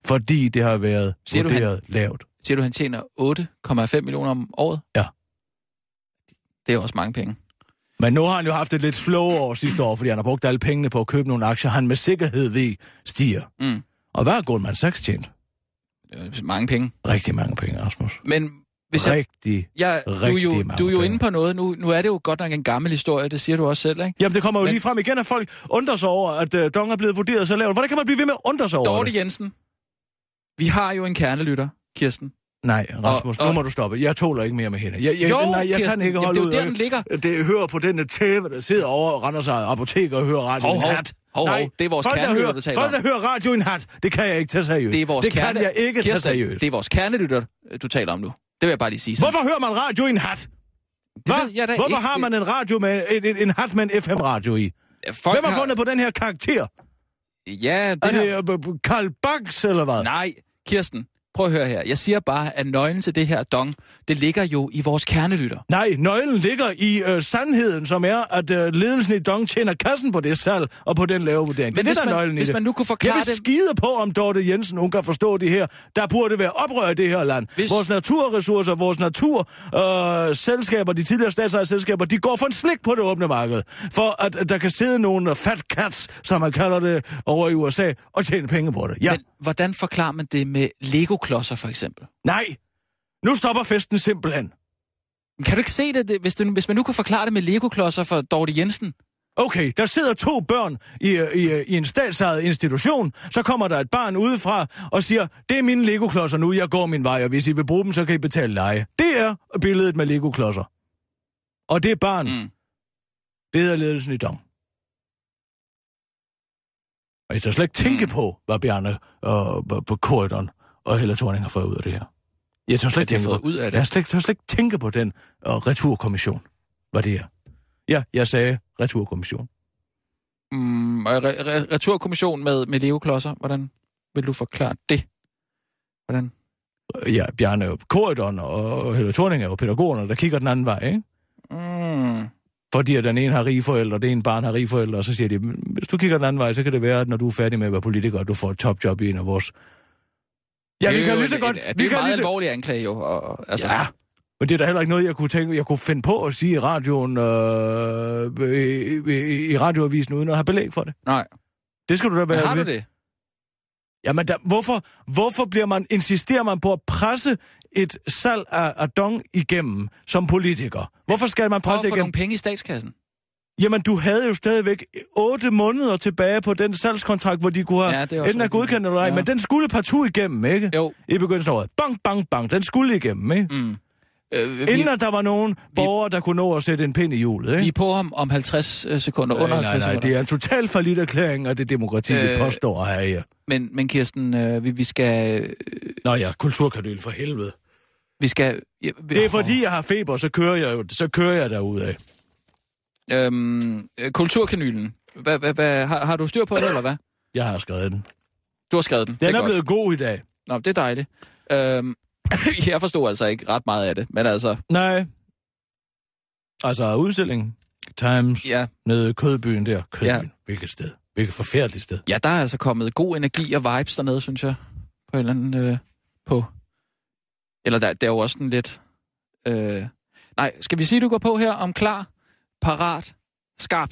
Fordi det har været vurderet lavt. Siger du, han tjener 8,5 millioner om året? Ja. Det er også mange penge. Men nu har han jo haft et lidt slow år sidste år, fordi han har brugt alle pengene på at købe nogle aktier, han med sikkerhed ved stiger. Mm. Og hvad har Goldman Sachs tjent? Mange penge. Rigtig mange penge, Rasmus. Men hvis du er jo inde på noget. Nu er det jo godt nok en gammel historie, det siger du også selv, ikke? Jamen, det kommer jo lige frem igen, at folk undrer sig over, at DONG er blevet vurderet så lavt. Hvordan kan man blive ved med at undre sig over Dorte Jensen, vi har jo en kernelytter, Kirsten. Nej, Rasmus, nu må du stoppe. Jeg tåler ikke mere med hende. Jeg kan ikke holde ud. Det er jo der, den ligger. Det hører på den tæve, der sidder over og render sig apotek og hører radio i en hat. Nej, det er vores kernelytter, du taler om. Folk, der hører radio i en hat, det kan jeg ikke tage seriøst. Kan jeg ikke tage seriøst. Det er vores kernelytter, du taler om nu. Det vil jeg bare lige sige. Hvorfor hører man radio i en hat? Hvorfor har man en radio med en hat med en FM-radio i? Hvem har fundet på den her karakter? Ja, det er det Karl Bax, eller hvad? Nej, Kirsten. Prøv at høre her. Jeg siger bare, at nøglen til det her DONG, det ligger jo i vores kernelytter. Nej, nøglen ligger i sandheden, som er, at ledelsen i DONG tjener kassen på det salg og på den lave vurdering. Men det er nøglen i det. Hvis man nu kunne forklare jeg vil skide på, om Dorte Jensen, hun kan forstå det her. Der burde være oprør i det her land. Vores naturressourcer, vores naturselskaber, de tidligere statsejede selskaber, de går for en slik på det åbne marked. For at der kan sidde nogle fat cats, som man kalder det over i USA, og tjene penge på det. Ja. Men hvordan forklarer man det med Lego-klodser, for eksempel? Nej, nu stopper festen simpelthen. Kan du ikke se det, hvis man nu kunne forklare det med Lego-klodser for Dorte Jensen? Okay, der sidder 2 børn i en statsejet institution, så kommer der et barn udefra og siger, det er mine Lego-klodser nu, jeg går min vej, og hvis I vil bruge dem, så kan I betale leje. Det er billedet med Lego-klodser. Og det er barn. Det hedder ledelsen i DONG. Og jeg tør slet ikke tænke på, hvad Bjarne på Corridon og Helle Thorning har fået ud af det her. Jeg tør slet ikke tænke på, jeg tør slet ikke tænke på den returkommission, hvad det er. Ja, jeg sagde returkommission. Returkommission med leveklodser, hvordan vil du forklare det? Hvordan? Ja, Bjarne Corridon og Helle Thorning er jo pædagogerne, der kigger den anden vej, ikke? Fordi at den ene har rige forældre, det ene barn har rige forældre, og så siger de, hvis du kigger den anden vej, så kan det være, at når du er færdig med at være politiker, du får et topjob i en af vores... Ja, vi kan lige så godt... Det er en meget alvorlig anklage, jo. Altså... Ja, men det er da heller ikke noget, jeg kunne finde på at sige i radioen, i radioavisen, uden at have belæg for det. Nej. Det skal du da være... Men har du det? Jamen, hvorfor insisterer man på at presse et salg af DONG igennem som politiker? Hvorfor skal man presse igennem? For nogle penge i statskassen. Jamen, du havde jo stadigvæk 8 måneder tilbage på den salgskontrakt, hvor de kunne have enten have godkendt eller ej, men den skulle partout igennem, ikke? Jo. I begyndelsen af året. Bang, bang, bang. Den skulle igennem, ikke? Inden der var nogen borgere, der kunne nå at sætte en pind i hjulet, ikke? Vi er på ham om 50 sekunder, under 50 sekunder. Nej, det er en total forlidt-erklæring af det demokrati, vi påstår her, ja. Men Kirsten, vi skal... Nå ja, kulturkanyl for helvede. Vi skal... Det er fordi, jeg har feber, så kører jeg derudad. Kulturkanylen. Har du styr på det, eller hvad? Jeg har skrevet den. Du har skrevet den? Den er blevet god i dag. Nå, det er dejligt. Jeg forstod altså ikke ret meget af det, men altså... Nej. Altså udstillingen. Times. Ja. Nede i Kødbyen der. Kødbyen. Ja. Hvilket sted. Hvilket forfærdeligt sted. Ja, der er altså kommet god energi og vibes dernede, synes jeg. På en eller anden... Eller der er jo også en lidt... Nej, skal vi sige, du går på her om klar, parat, skarp?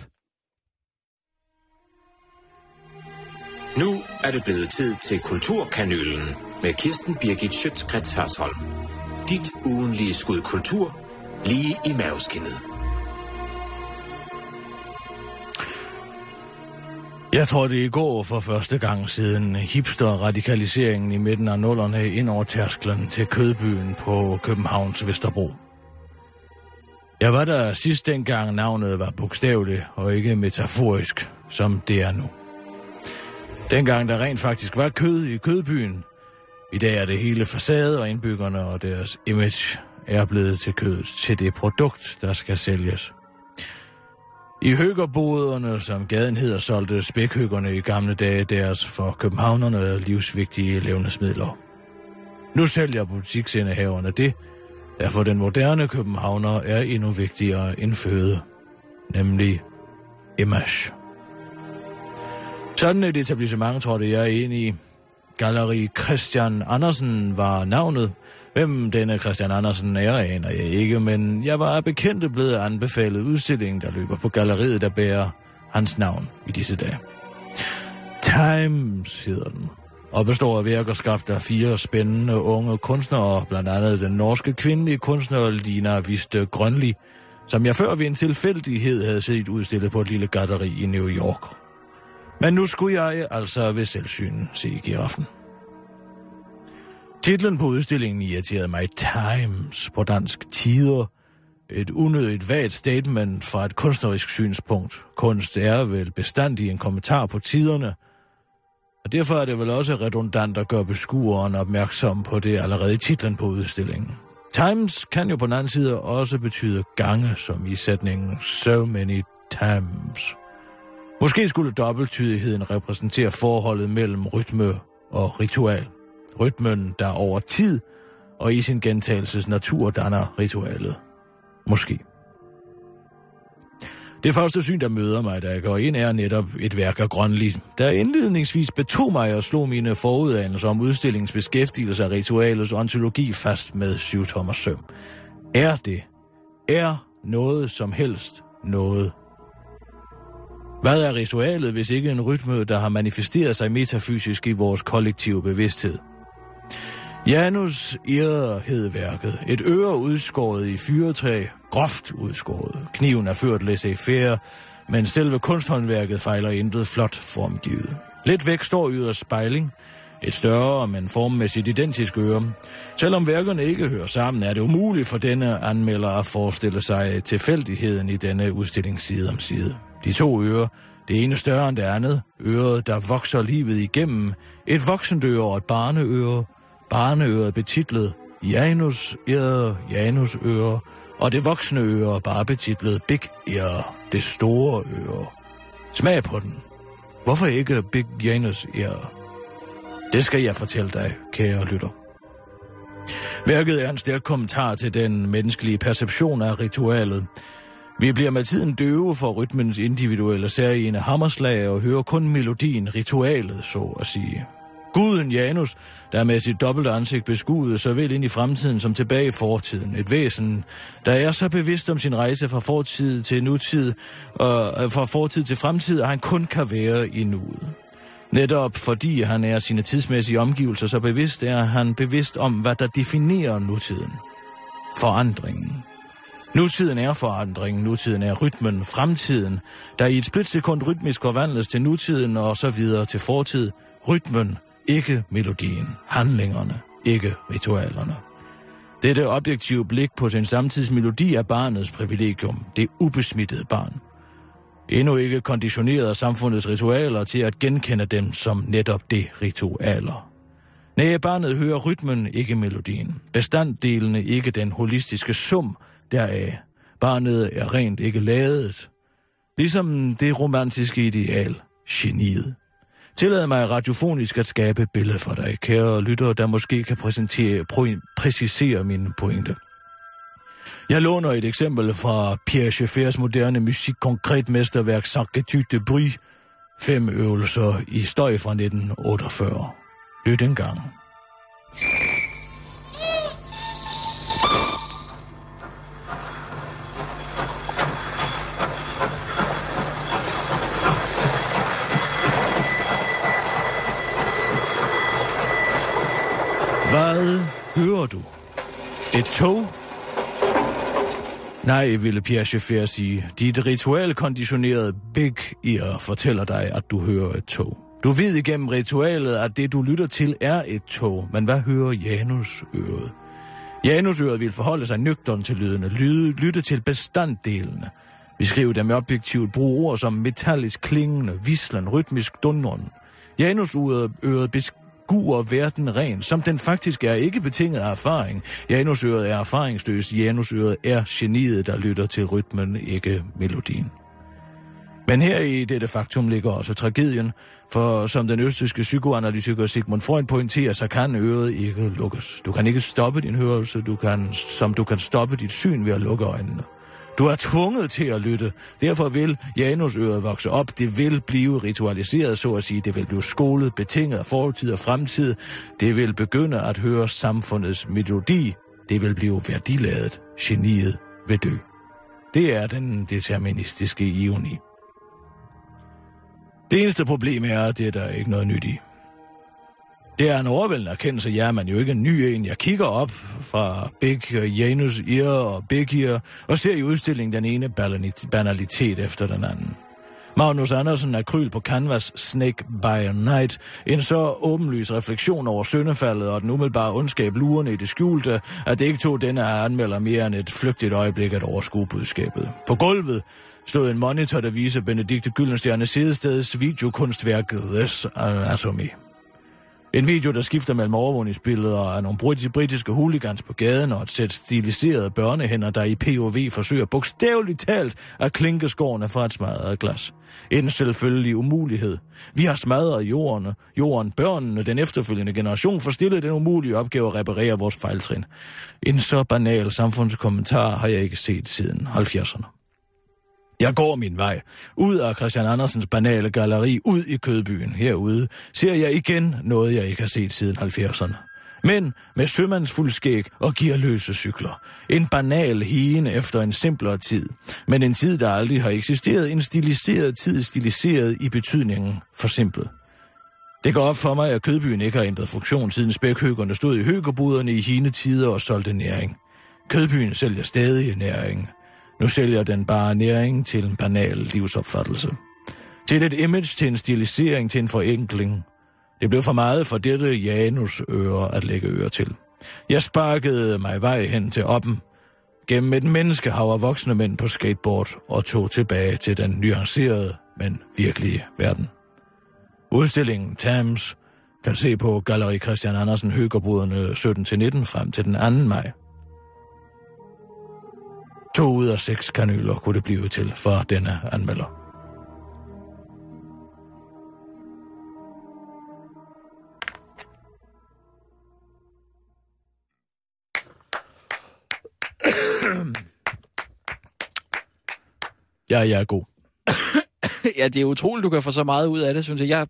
Nu er det blevet tid til Kulturkanylen med Kirsten Birgit Schøtz-Krets Hørsholm. Dit ugenlige skud kultur, lige i maveskindet. Jeg tror, det er i går for første gang siden hipster-radikaliseringen i midten af 00'erne ind over tærsklen til Kødbyen på Københavns Vesterbro. Jeg var der sidst dengang navnet var bogstaveligt og ikke metaforisk, som det er nu. Dengang der rent faktisk var kød i Kødbyen. I dag er det hele facade og indbyggerne og deres image er blevet til kødet, til det produkt, der skal sælges. I høgerboderne, som gaden hedder, solgte spækhyggerne i gamle dage deres for københavnerne livsvigtige levnedsmidler. Nu sælger butiksindehaverne det, der for den moderne københavner er endnu vigtigere end føde, nemlig image. Sådan et etablissement trådte jeg ind i, Galleri Christian Andersen var navnet. Hvem denne Christian Andersen er, aner jeg ikke, men jeg var bekendte blevet anbefalet udstillingen, der løber på galleriet, der bærer hans navn i disse dage. Times hedder den, og består af værker skabt af 4 spændende unge kunstnere, blandt andet den norske kvindelige kunstner Lina Viste Grønli, som jeg før ved en tilfældighed havde set udstillet på et lille galleri i New York. Men nu skulle jeg altså ved selvsyn se giraffen. Titlen på udstillingen irriterede mig. Times, på dansk tider. Et unødigt vagt statement fra et kunstnerisk synspunkt. Kunst er vel bestandig en kommentar på tiderne, og derfor er det vel også redundant at gøre beskueren opmærksom på det allerede i titlen på udstillingen. Times kan jo på den anden side også betyde gange, som i sætningen so many times. Måske skulle dobbelttydigheden repræsentere forholdet mellem rytme og ritual. Rytmen, der over tid og i sin gentagelses natur danner ritualet. Måske. Det første syn, der møder mig, da jeg går ind, er netop et værk af Grønli, der indledningsvis betog mig og slog mine forudanelser om udstillingens beskæftigelse af ritualets ontologi fast med 7-tommer søm. Er noget som helst noget? Hvad er ritualet, hvis ikke en rytme, der har manifesteret sig metafysisk i vores kollektive bevidsthed? Janus Eder hed værket. Et øre udskåret i fyrretræ, groft udskåret. Kniven er ført laissez-faire, men selve kunsthåndværket fejler intet flot formgivet. Lidt væk står ørets spejling. Et større, men formmæssigt identisk øre. Selvom værkerne ikke hører sammen, er det umuligt for denne anmelder at forestille sig tilfældigheden i denne udstilling side om side. De 2 ører, det ene større end det andet, øret, der vokser livet igennem, et voksent øre og et barneøre. Barneøret betitlet Janus Eder, Janus øre, og det voksne øre bare betitlet Big Ear, det store øre. Smag på den. Hvorfor ikke Big Janus Ear? Det skal jeg fortælle dig, kære lytter. Værket er en stærk kommentar til den menneskelige perception af ritualet. Vi bliver med tiden døve for rytmens individuelle særlige hammerslag og hører kun melodien, ritualet, så at sige. Guden Janus, der med sit dobbelte ansigt beskuede såvel ind i fremtiden som tilbage i fortiden. Et væsen, der er så bevidst om sin rejse fra fortid til nutid, og fra fortid til fremtid, at han kun kan være i nuet. Netop fordi han er sine tidsmæssige omgivelser så bevidst, er han bevidst om, hvad der definerer nutiden. Forandringen. Nutiden er forandringen, nutiden er rytmen, fremtiden, der i et splitsekund rytmisk forvandles til nutiden og så videre til fortid. Rytmen, ikke melodien, handlingerne, ikke ritualerne. Dette objektive blik på sin samtidsmelodi er barnets privilegium, det ubesmittede barn. Endnu ikke konditioneret af samfundets ritualer til at genkende dem som netop det ritualer. Nej, barnet hører rytmen, ikke melodien. Bestanddelene, ikke den holistiske sum deraf. Barnet er rent ikke ladet. Ligesom det romantiske ideal, geniet. Tillad mig radiofonisk at skabe et billede for dig, kære lyttere, der måske kan præcisere mine pointe. Jeg låner et eksempel fra Pierre Schaeffers moderne musik konkret mesterværk Sacre de Brie, 5 øvelser i støj fra 1948. Lyt en gang. Hvad hører du? Et tog? Nej, ville Pierre Schaeffer sige. Dit ritualkonditionerede Big Ear fortæller dig, at du hører et tog. Du ved igennem ritualet, at det du lytter til er et tog. Men hvad hører Janus-øret? Janus-øret vil forholde sig nøgtern til lydene, lytte til bestanddelene. Vi skriver dem objektivt, bruge ord som metallisk klingende, vislen, rytmisk dundren. Janus-øret beskuer verden ren, som den faktisk er, ikke betinget af erfaring. Janusøret er erfaringsløst. Janusøret er geniet, der lytter til rytmen, ikke melodien. Men her i dette faktum ligger også tragedien, for som den østrigske psykoanalytiker Sigmund Freud pointerer, så kan øret ikke lukkes. Du kan ikke stoppe din hørelse, du kan stoppe dit syn ved at lukke øjnene. Du er tvunget til at lytte. Derfor vil Janusøret vokse op. Det vil blive ritualiseret, så at sige. Det vil blive skolet, betinget af fortid og fremtid. Det vil begynde at høre samfundets melodi. Det vil blive værdiladet. Geniet vil dø. Det er den deterministiske ironi. Det eneste problem er, at det er der ikke noget nyt i. Det er en overvældende erkendelse. Jeg er man jo ikke en ny en. Jeg kigger op fra Big Janus Ear og Big Ear og ser i udstillingen den ene banalitet efter den anden. Magnus Andersen akryl på canvas Snake by Night. En så åbenlys refleksion over syndefaldet og den umiddelbare ondskab lurende i det skjulte, at det ikke tog denne anmelder mere end et flygtigt øjeblik at overskue budskabet. På gulvet stod en monitor, der viser Benedikte Gyldenstiernes sidesteds videokunstværk This Anatomy. En video, der skifter mellem overvågningsbilleder af nogle britiske hooligans på gaden og et sæt stiliserede børnehænder, der i POV forsøger bogstaveligt talt at klinke skårene fra et smadret glas. En selvfølgelig umulighed. Vi har smadret jorden, børnene, den efterfølgende generation forstillet den umulige opgave at reparere vores fejltrin. En så banal samfundskommentar har jeg ikke set siden 70'erne. Jeg går min vej, ud af Christian Andersens banale galleri, ud i Kødbyen. Herude ser jeg igen noget, jeg ikke har set siden 70'erne. Men med sømandsfuld skæg og gearløse cykler. En banal hien efter en simplere tid. Men en tid, der aldrig har eksisteret. En stiliseret tid, stiliseret i betydningen forsimplet. Det går op for mig, at Kødbyen ikke har ændret funktion, siden spækhøgerne stod i høgerbuderne i hine tider og solgte næring. Kødbyen sælger stadig næring. Nu sælger den bare næring til en banal livsopfattelse. Til et image, til en stilisering, til en forenkling. Det blev for meget for dette Janusøre at lægge øre til. Jeg sparkede mig vej hen til oppen, gennem et menneskehav af voksne mænd på skateboard og tog tilbage til den nuancerede, men virkelige verden. Udstillingen Thames kan se på Galleri Christian Andersen Høgerboderne 17-19 frem til den 2. maj. 2 ud af 6 kanyler kunne det blive til for denne anmelder. Jeg er god. Ja, det er utroligt, du kan få så meget ud af det, synes jeg.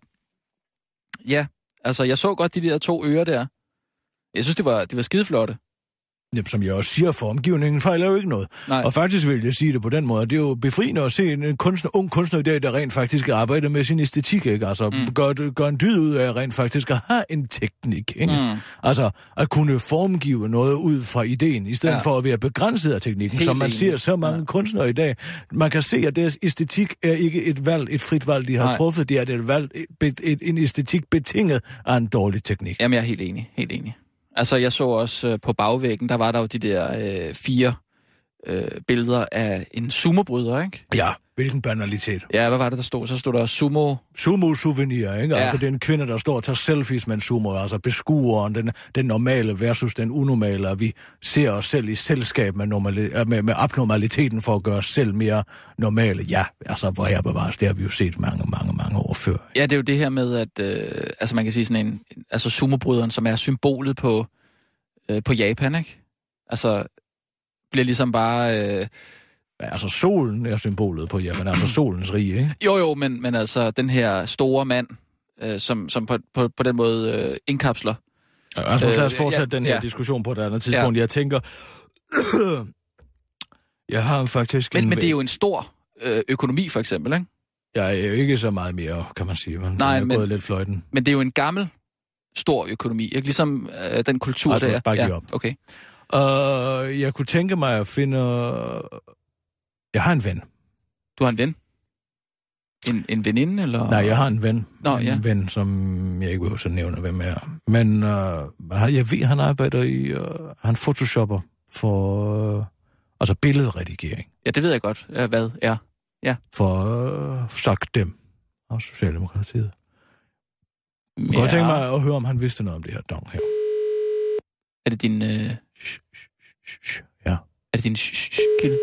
Jeg så godt de der 2 ører der. Jeg synes, det var skideflotte. Jamen, som jeg også siger, formgivningen fejler jo ikke noget. Nej. Og faktisk vil jeg sige det på den måde, det er jo befriende at se en ung kunstner i dag, der rent faktisk arbejder med sin æstetik, ikke? Altså, gør en dyd ud af rent faktisk at have en teknik, ikke? Altså, at kunne formgive noget ud fra ideen, i stedet for at være begrænset af teknikken, som man ser så mange kunstnere i dag. Man kan se, at deres æstetik er ikke et frit valg, de har truffet, det er et valg, en æstetik betinget af en dårlig teknik. Jamen, jeg er helt enig. Altså, jeg så også på bagvæggen, der var der jo de der 4 billeder af en sumobryder, ikke? Ja, hvilken banalitet. Ja, hvad var det, der stod? Så stod der Sumo-souvenir, ikke? Ja. Altså, det er en kvinde, der står og tager selfies med en sumo, altså beskueren, den normale versus den unormale, og vi ser os selv i selskab med abnormaliteten for at gøre os selv mere normale. Ja, altså, hvor her bevares, det har vi jo set mange år før. Ja, det er jo det her med, at man kan sige sådan sumobryderen, som er symbolet på Japan, ikke? Altså, bliver ligesom bare... Altså, solen er symbolet på Japan, altså solens rige, ikke? Jo, men altså, den her store mand, som på den måde indkapsler. Ja, altså, lad os fortsætte den her diskussion på et andet tidspunkt. Ja. Jeg tænker... jeg har faktisk... Men det er jo en stor økonomi, for eksempel, ikke? Jeg er jo ikke så meget mere, kan man sige. Nej, men gået lidt fløjten. Men det er jo en gammel, stor økonomi, ikke? Ligesom den kultur, altså, der er. Ja, op. Okay. Jeg kunne tænke mig at finde... Jeg har en ven. Du har en ven? En veninde, eller? Nej, jeg har en ven. En ven, som jeg ikke vil så nævne, hvem er. Men jeg ved, han arbejder i... han photoshopper for... altså billedredigering. Ja, det ved jeg godt. Hvad? Ja. For sagt dem og Socialdemokratiet. Jeg kunne tænke mig at høre, om han vidste noget om det her dong her. Er det din... Ja. Er det din kilde?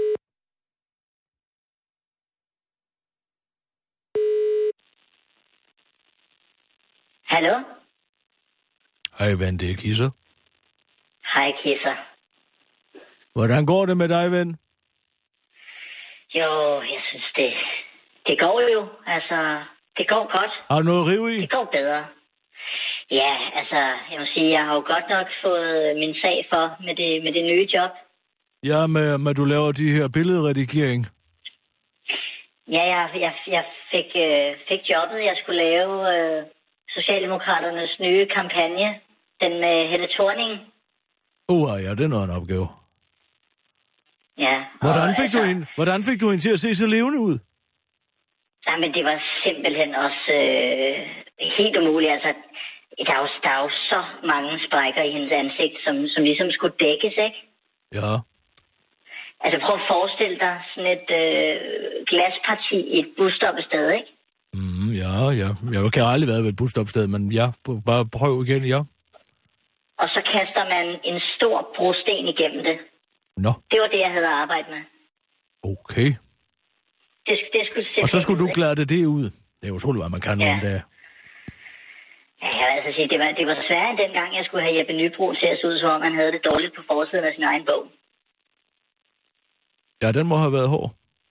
Hallo? Hej, ven, det er Kisser. Hej, Kisser. Hvordan går det med dig, ven? Jo, jeg synes, det går jo. Altså, det går godt. Har du noget at rive i? Det går bedre. Ja, altså, jeg må sige, jeg har jo godt nok fået min sag for med det nye job. Ja, med du laver de her billedredigering. Ja, jeg fik jobbet. Jeg skulle lave Socialdemokraternes nye kampagne. Den med Helle Thorning. Ja, det er noget en opgave. Ja. Hvordan fik du hende til at se så levende ud? Jamen, det var simpelthen også helt umuligt. Altså, der er jo så mange sprækker i hendes ansigt, som ligesom skulle dækkes, ikke? Ja. Altså, prøv at forestille dig sådan et glasparti i et busstoppested, ikke? Ja. Jeg kan aldrig været ved et busstoppested, men ja, bare prøv igen, ja. Og så kaster man en stor brosten igennem det. Nå. Det var det, jeg havde arbejdet med. Okay. Det skulle og så skulle du glæde det ud. Det er utroligt, hvad man kan nogle dage. Ja, jeg vil altså sige, det var svært end dengang, jeg skulle have Jeppe Nybro til at se ud, som om han havde det dårligt på forsiden af sin egen bog. Ja, den må have været hård.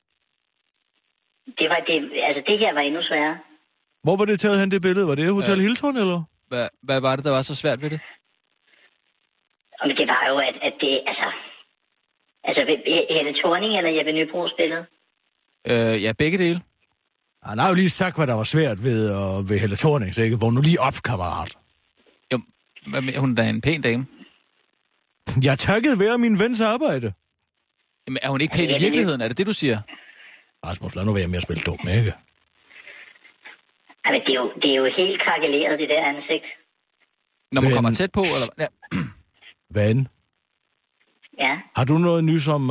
Det her var endnu sværere. Hvor var det taget hen, det billede? Var det Hotel Hilton, eller? Hvad var det, der var så svært ved det? Men det var jo, at det, altså Helle Thorning eller Jeppe Nybros billede? Ja, begge dele. Han har jo lige sagt, hvad der var svært ved Helle Thorning, så ikke? Vågn nu lige op, kammerat. Jo, hun er da en pæn dame. Jeg takket være min vens arbejde. Jamen, er hun ikke pæn i virkeligheden? Er det det, du siger? Rasmus, lad nu være med at spille dum, ikke? Jamen, det er jo helt krakeleret, det der ansigt. Når man kommer tæt på, eller? Ja. Ven? Ja. Har du noget nys om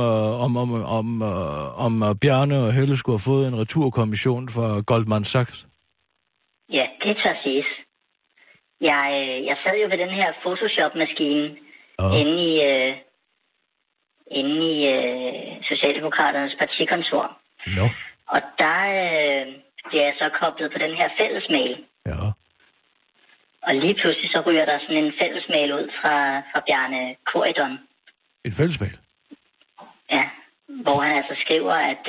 Bjarne og Helle skulle have fået en returkommission fra Goldman Sachs? Ja, det tør siges. Jeg sad jo ved den her Photoshop-maskine inde i Socialdemokraternes partikontor. Nå. Og der bliver jeg så koblet på den her fællesmail. Ja. Og lige pludselig så ryger der sådan en fællesmail ud fra Bjarne Corydon. En fællesmail? Ja, hvor han altså skriver, at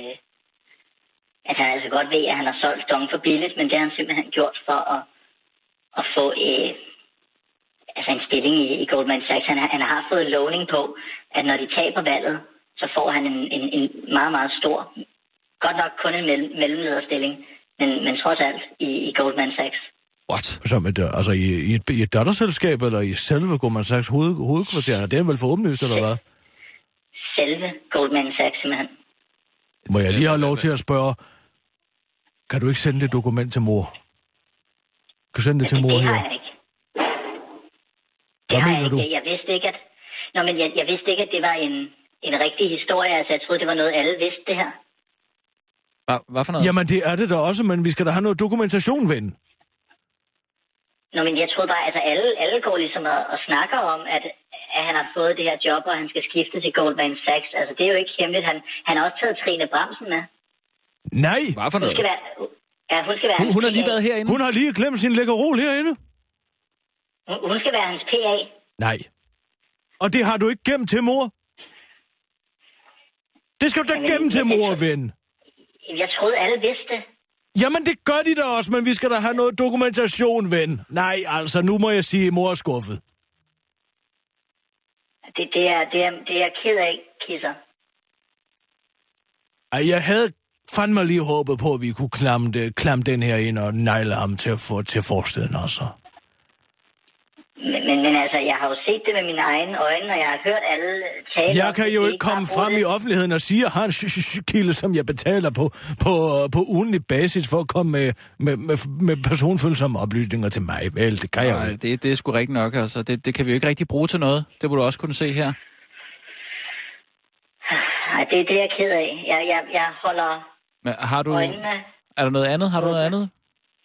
han altså godt ved, at han har solgt Dong for billigt, men det har han simpelthen gjort for at få en stilling i Goldman Sachs. Han har fået lovning på, at når de taber valget, så får han en meget, meget stor, godt nok kun en mellemlederstilling, men trods alt i Goldman Sachs. What? Som i et datterselskab, eller i selve Goldman Sachs hovedkvarter? Det er vel for åbenlyst, eller hvad? Selve Goldman Sachs, simpelthen. Må jeg lige have lov til at spørge, kan du ikke sende det dokument til mor? Kan du sende det til mor her? Det har jeg ikke. Hvad mener du? Jeg vidste ikke, at... jeg vidste ikke, at det var en rigtig historie. Altså, jeg troede, det var noget, alle vidste, det her. Hvad for noget? Jamen, det er det da også, men vi skal da have noget dokumentation, ven. Men jeg troede bare, altså alle går ligesom og snakker om, at han har fået det her job, og han skal skifte til Goldman Sachs. Altså, det er jo ikke hemmeligt. Han har også taget Trine Bramsen med. Nej! Hvad for noget? Hun skal være hun har lige været herinde. Hun har lige glemt sin lækkerol herinde. Hun skal være hans PA. Nej. Og det har du ikke gemt til mor? Det skal du da gemme til mor, ven. Jeg troede, alle vidste det. Jamen, det gør de da også, men vi skal da have noget dokumentation, ven. Nej, altså, nu må jeg sige, at mor er skuffet. Det er jeg ked af, Kisser. Ej, jeg havde fandme lige håbet på, at vi kunne klamme den her ind og negle ham til forsteden også. Men altså, jeg har jo set det med mine egne øjne, og jeg har hørt alle tale. Jeg kan jo ikke komme frem i offentligheden og sige, at jeg har en kilde, som jeg betaler på ugenlig basis for at komme med personfølsomme oplysninger til mig. Vel, det kan jeg jo ikke. Det er sgu rigtigt nok, altså. Det kan vi jo ikke rigtig bruge til noget. Det må du også kunne se her. Nej, det er jeg ked af. Jeg holder øjnene. Er der noget andet? Har du noget andet?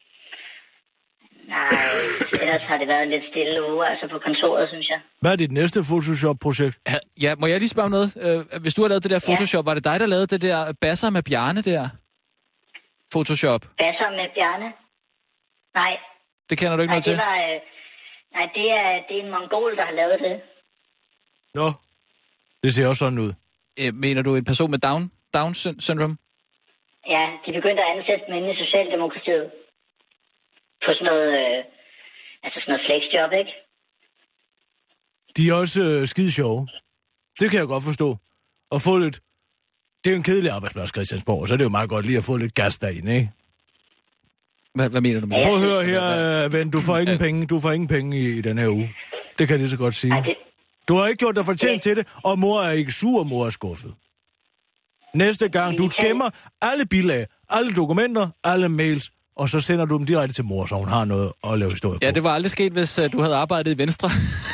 Nej, ellers har det været en lidt stille uge, altså på kontoret, synes jeg. Hvad er dit næste Photoshop-projekt? Ja, må jeg lige spørge om noget? Hvis du har lavet det der Photoshop, var det dig, der lavede det der basser med Bjarne der? Photoshop? Basser med Bjarne? Nej. Det kender du ikke noget til? Nej, det er en mongol, der har lavet det. Nå, det ser også sådan ud. Mener du en person med Down Down syndrome? Ja, de begyndte at ansætte dem inde i Socialdemokratiet. På sådan noget, sådan noget flexjob, ikke? De er også skide sjove. Det kan jeg godt forstå. Og få lidt... Det er jo en kedelig arbejdsplads, Christiansborg, så er det jo meget godt lige at få lidt gas derinde, ikke? Hvad mener du med det? Prøv at høre her, ven. Du får ingen penge. Du får ingen penge i den her uge. Det kan jeg lige så godt sige. Du har ikke gjort dig fortjent til det, og mor er ikke sur, mor er skuffet. Næste gang, du gemmer alle bilag, alle dokumenter, alle mails, og så sender du dem direkte til mor, så hun har noget at lave historie på. Ja, det var aldrig sket, hvis du havde arbejdet i Venstre.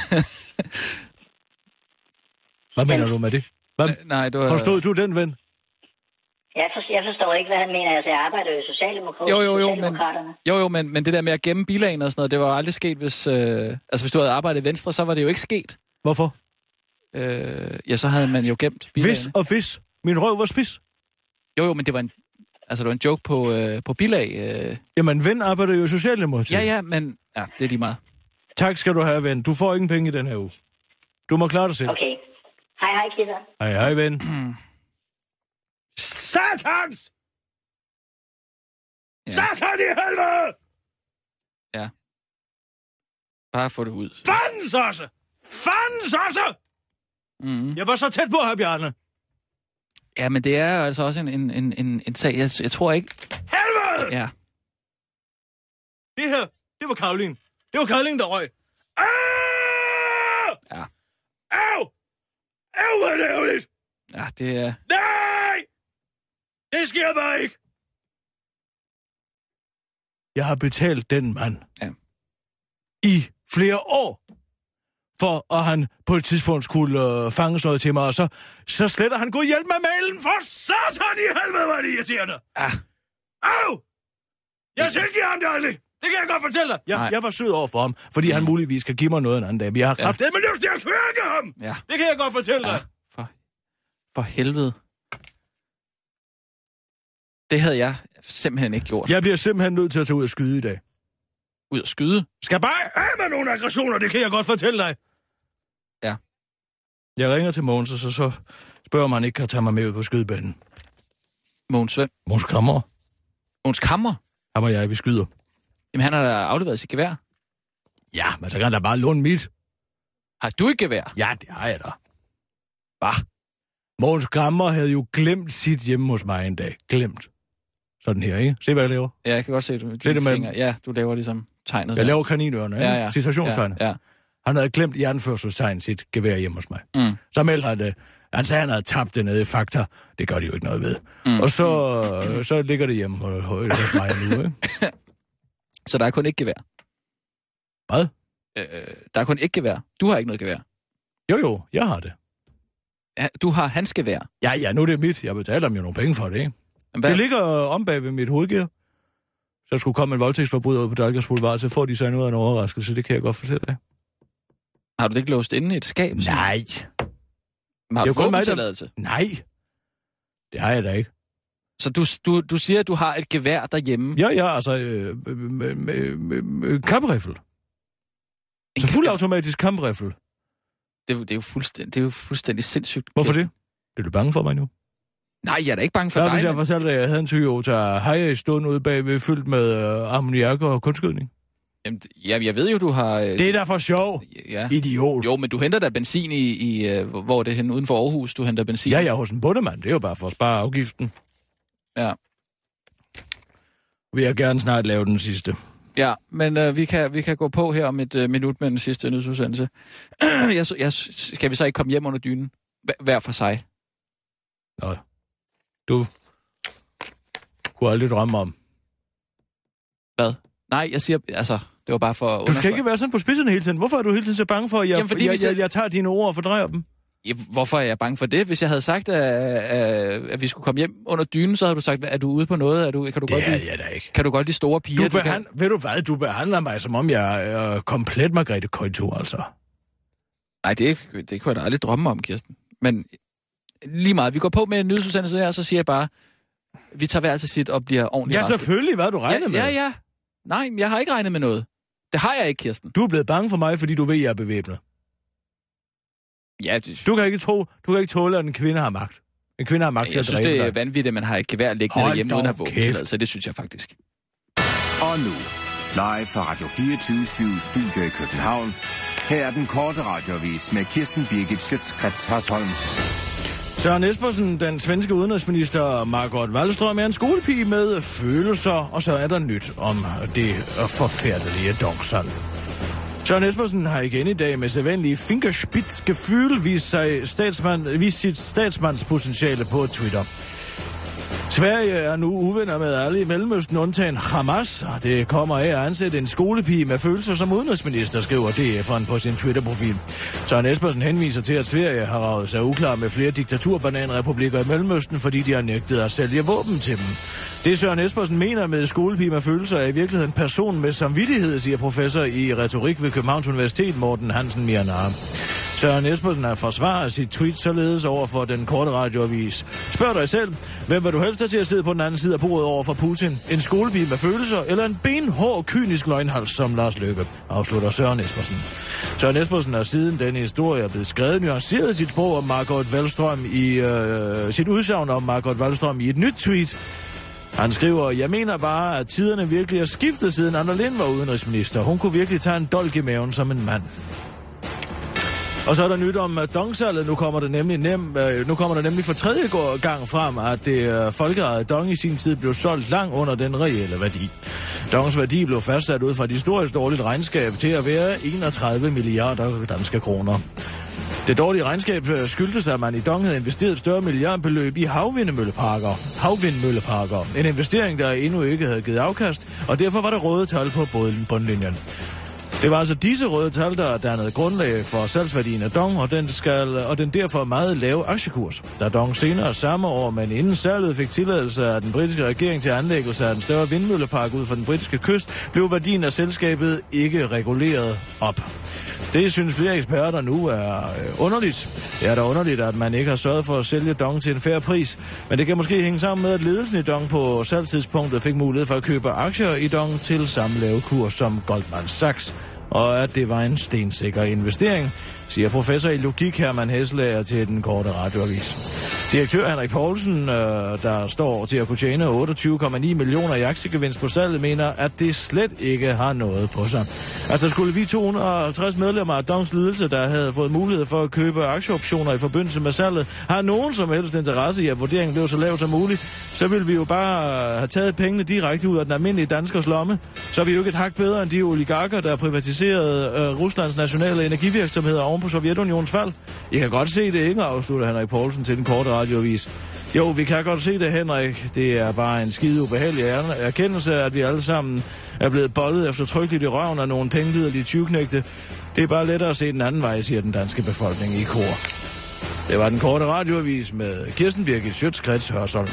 Hvad mener du med det? Nej, du Forstod du den, ven? Jeg forstår ikke, hvad han mener. Altså, jeg arbejder jo i Socialdemokraterne. Men det der med at gemme bilagene og sådan noget, det var aldrig sket, hvis du havde arbejdet i Venstre, så var det jo ikke sket. Hvorfor? Så havde man jo gemt bilagene. Vis og fis. Min røv var spids. Jo, men det var en joke på bilag. Jamen, ven arbejder jo i Socialdemokratiet. Ja, men det er lige meget. Tak skal du have, ven. Du får ingen penge i den her uge. Du må klare dig selv. Okay. Hej, Kisser. Hej, ven. Satans! Ja. Satan i helvede! Ja. Bare få det ud. Fandens også! Jeg var så tæt på her, Bjarne. Ja, men det er altså også en sag. Jeg tror ikke... Helvede! Ja. Det her, det var Karoline. Det var Karoline, der røg. Ja. Au, hvor er det ærgerligt. Ja, det er... Nej! Det sker bare ikke. Jeg har betalt den mand i flere år, for at han på et tidspunkt skulle fange noget til mig, og så sletter han god hjælp med mailen, for satan i helvede, var det irriterende. Ja. Au! Jeg tilgiver ham det aldrig. Det kan jeg godt fortælle dig. Jeg var sød over for ham, fordi han muligvis kan give mig noget en anden dag. Men jeg har kraftedeme lyst til at kværke ham. Ja. Det kan jeg godt fortælle dig. For helvede. Det havde jeg simpelthen ikke gjort. Jeg bliver simpelthen nødt til at tage ud og skyde i dag. Ud og skyde? Skal bare af med nogle aggressioner, det kan jeg godt fortælle dig. Ja. Jeg ringer til Mogens, og så spørger om han ikke kan tage mig med ud på skydebanen. Mogens hvem? Mogens Kammer. Mogens Kammer? Ham og jeg, vi skyder. Jamen, han har da afleveret sit gevær. Ja, men så kan han da bare låne mit. Har du et gevær? Ja, det har jeg da. Hvad? Mogens Kammer havde jo glemt sit hjemme hos mig en dag. Glemt. Sådan her, ikke? Se, hvad jeg laver. Ja, jeg kan godt se det med fingre. Ja, du laver ligesom tegnet. Jeg laver kaninørerne, ikke? Ja. Citationstegn. Ja. Han havde glemt i anførselstegn sit gevær hjemme hos mig. Så meldte han det. Han sagde, han havde tabt det nede i Fakta. Det gør de jo ikke noget ved. Og så ligger det hjemme hos mig nu, ikke? Så der er kun et gevær? Hvad? Der er kun et gevær. Du har ikke noget gevær? Jo, jeg har det. Ja, du har hans gevær? Ja, nu er det mit. Jeg betaler dem jo nogle penge for det, ikke? Det ligger om bag ved mit hovedgear. Så skulle komme en voldtægtsforbryder ud på Dalgas Boulevard, så får de sig noget af en overraskelse. Det kan jeg godt fortælle dig. Har du det ikke låst inde i et skab? Nej. Men har du våbentilladelse? Nej. Det har jeg da ikke. Så du siger, at du har et gevær derhjemme? Ja, altså... kampriffel. Så fuldautomatisk kampriffel. Det er jo fuldstændig sindssygt. Hvorfor det? Er du bange for mig nu? Nej, jeg er da ikke bange for dig. Hvis jeg fortalte dig, at jeg havde en Toyota Hiace stående ude bagved, fyldt med ammoniak og kunstgødning. Jamen, jeg ved jo, du har... Det er da for sjov. Ja. Idiot. Jo, men du henter da benzin i hvor er det henne? Uden for Aarhus, du henter benzin. Ja, hos en bondemand. Det er jo bare for at spare afgiften. Ja. Vil jeg gerne snart lave den sidste. Ja, men vi kan gå på her om et minut med den sidste nyhedsudsendelse. Skal vi så ikke komme hjem under dynen? Hver for sig. Nå. Du kunne aldrig drømme om. Hvad? Nej, jeg siger, altså, det var bare for at Du skal ikke være sådan på spidserne hele tiden. Hvorfor er du hele tiden så bange for, at jeg tager dine ord og fordrejer dem? Ja, hvorfor er jeg bange for det? Hvis jeg havde sagt, at vi skulle komme hjem under dynen, så havde du sagt, er du ude på noget? Kan du godt lide, jeg da ikke. Kan du godt lide store piger? Ved du hvad? Du behandler mig, som om jeg er komplet Margrethe Køjto, altså. Nej, det kunne jeg da aldrig drømme om, Kirsten. Men lige meget. Vi går på med en nyhedsudsendelse her, og så siger jeg bare, vi tager hver til sit og bliver ordentligt. Ja, selvfølgelig. Hvad du regner med? Ja. Nej, jeg har ikke regnet med noget. Det har jeg ikke, Kirsten. Du er blevet bange for mig, fordi du ved, at jeg er bevæbnet. Ja, Du kan ikke tåle, at en kvinde har magt. En kvinde har magt til Jeg at synes, dræbe det er dig. vanvittigt, at man har et gevær liggende derhjemme uden at have våbentilladelse. Det synes jeg faktisk. Og nu, live fra Radio 24/7 Studio i København. Her er den korte radioavis med Kirsten Birgit Schøtz-Krets Hørsholm. Søren Espersen, den svenske udenrigsminister Margot Wallström, er en skolepige med følelser, og så er der nyt om det forfærdelige dongsal. Søren Espersen har igen i dag med sædvanlige fingerspitzgefühl vist sit statsmandspotentiale på Twitter. Sverige er nu uvenner med alle i Mellemøsten, undtagen Hamas, og det kommer af at ansætte en skolepige med følelser som udenrigsminister, skriver DF'eren på sin Twitter-profil. Søren Espersen henviser til, at Sverige har raget sig uklar med flere diktaturbananrepublikker i Mellemøsten, fordi de har nægtet at sælge våben til dem. Det Søren Espersen mener med skolepige med følelser er i virkeligheden en person med samvittighed, siger professor i retorik ved Københavns Universitet Morten Hansen Mirnar. Søren Espersen har forsvaret sit tweet således over for den korte radioavis. Spørg dig selv, hvem vil du helst have til at sidde på den anden side af bordet over for Putin? En skolepige med følelser eller en benhård, kynisk løgnhals som Lars Løkke, afslutter Søren Espersen. Søren Espersen har siden denne historie er blevet skrevet nuanceret sit sprog om Margot Wallström i sit udsagn om Margot Wallström i et nyt tweet. Han skriver, jeg mener bare, at tiderne virkelig er skiftet siden Anna Lind var udenrigsminister. Hun kunne virkelig tage en dolk i maven som en mand. Og så er der nyt om dongsalget. Nu kommer der nemlig for tredje gang frem, at det folkeejede dong i sin tid blev solgt langt under den reelle værdi. Dongs værdi blev fastsat ud fra et historisk dårligt regnskab til at være 31 milliarder danske kroner. Det dårlige regnskab skyldtes, at man i Dong havde investeret et større milliardbeløb i havvindmølleparker. En investering, der endnu ikke havde givet afkast, og derfor var der røde tal på bundlinjen. Det var altså disse røde tal, der dannede grundlag for salgsværdien af Dong, og den derfor meget lave aktiekurs. Da Dong senere samme år, men inden salget fik tilladelse af den britiske regering til anlæggelse af en større vindmøllepark ud for den britiske kyst, blev værdien af selskabet ikke reguleret op. Det synes flere eksperter nu er underligt. Det er da underligt, at man ikke har sørget for at sælge Dong til en fair pris. Men det kan måske hænge sammen med, at ledelsen i Dong på salgstidspunktet fik mulighed for at købe aktier i Dong til samme lave kurs som Goldman Sachs. Og at det var en stensikker investering, siger professor i logik Herman Hesselager til den korte radioavis. Direktør Henrik Poulsen, der står til at kunne tjene 28,9 millioner i aktiegevinst på salget, mener, at det slet ikke har noget på sig. Altså skulle vi 250 medlemmer af Dongs ledelse, der havde fået mulighed for at købe aktieoptioner i forbindelse med salget, har nogen som helst interesse i, at vurderingen blev så lav som muligt, så ville vi jo bare have taget pengene direkte ud af den almindelige danskers lomme. Så er vi jo ikke et hak bedre end de oligarker, der privatiserede Ruslands nationale energivirksomheder oven på Sovjetunionens fald. I kan godt se det, ikke, afslutter Henrik Poulsen til den korte radioavis. Jo, vi kan godt se det, Henrik. Det er bare en skide ubehagelig erkendelse, at vi alle sammen er blevet bollet eftertrykkeligt i røven af nogle pengeliderlige tyvknægte. Det er bare lettere at se den anden vej, siger den danske befolkning i kor. Det var den korte radioavis med Kirsten Birgit Schøtz-Krets Hørsholm.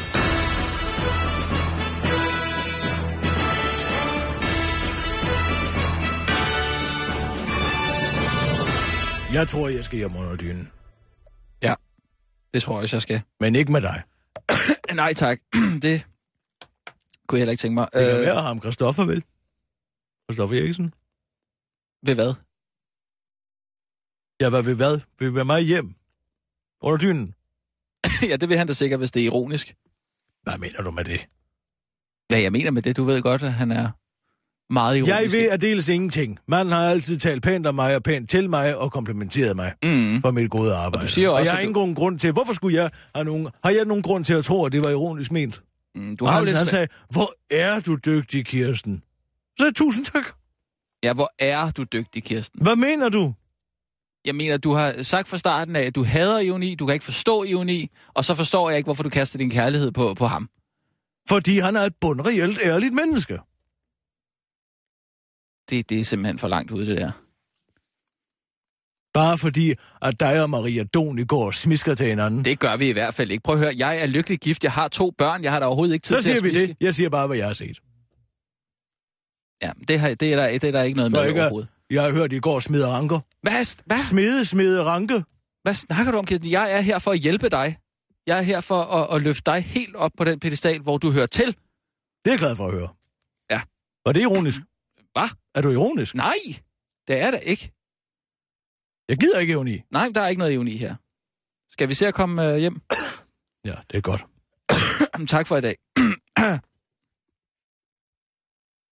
Jeg tror, jeg skal hjem under dynen. Ja, det tror jeg også, jeg skal. Men ikke med dig. Nej, tak. Det kunne jeg heller ikke tænke mig. Det kan være ham, Christoffer, vel? Christoffer Eriksen. Ved hvad? Ja, ved hvad? Vil vi være med hjem? Under dynen? Ja, det vil han da sikkert, hvis det er ironisk. Hvad mener du med det? Hvad jeg mener med det? Du ved godt, at han er meget ironisk. Jeg ved aldeles ingenting. Man har altid talt pænt om mig og pænt til mig og komplimenteret mig for mit gode arbejde. Og, du siger også, og jeg har ingen grund til... Hvorfor skulle jeg have nogen... Har jeg nogen grund til at tro, at det var ironisk ment? Du har han sagde, hvor er du dygtig, Kirsten? Så tusind tak. Ja, hvor er du dygtig, Kirsten? Hvad mener du? Jeg mener, du har sagt fra starten af, at du hader ironi, du kan ikke forstå ironi, og så forstår jeg ikke, hvorfor du kaster din kærlighed på ham. Fordi han er et bundreelt ærligt menneske. Det er simpelthen for langt ude, det der. Bare fordi, at dig og Maria Don i går smisker til hinanden. Det gør vi i hvert fald ikke. Prøv at høre, jeg er lykkelig gift, jeg har 2 børn, jeg har da overhovedet ikke tid til at smiske. Så siger vi det. Jeg siger bare, hvad jeg har set. Ja, det er der ikke noget med overhovedet. Jeg har hørt, at I går smider ranker. Hvad? Smide ranke. Hvad snakker du om, Kirsten? Jeg er her for at hjælpe dig. Jeg er her for at løfte dig helt op på den pedestal, hvor du hører til. Det er jeg glad for at høre. Ja. Var det ironisk? Hvad? Er du ironisk? Nej, det er der ikke. Jeg gider ikke ironi. Nej, der er ikke noget ironi her. Skal vi se at komme hjem? Ja, det er godt. Tak for i dag.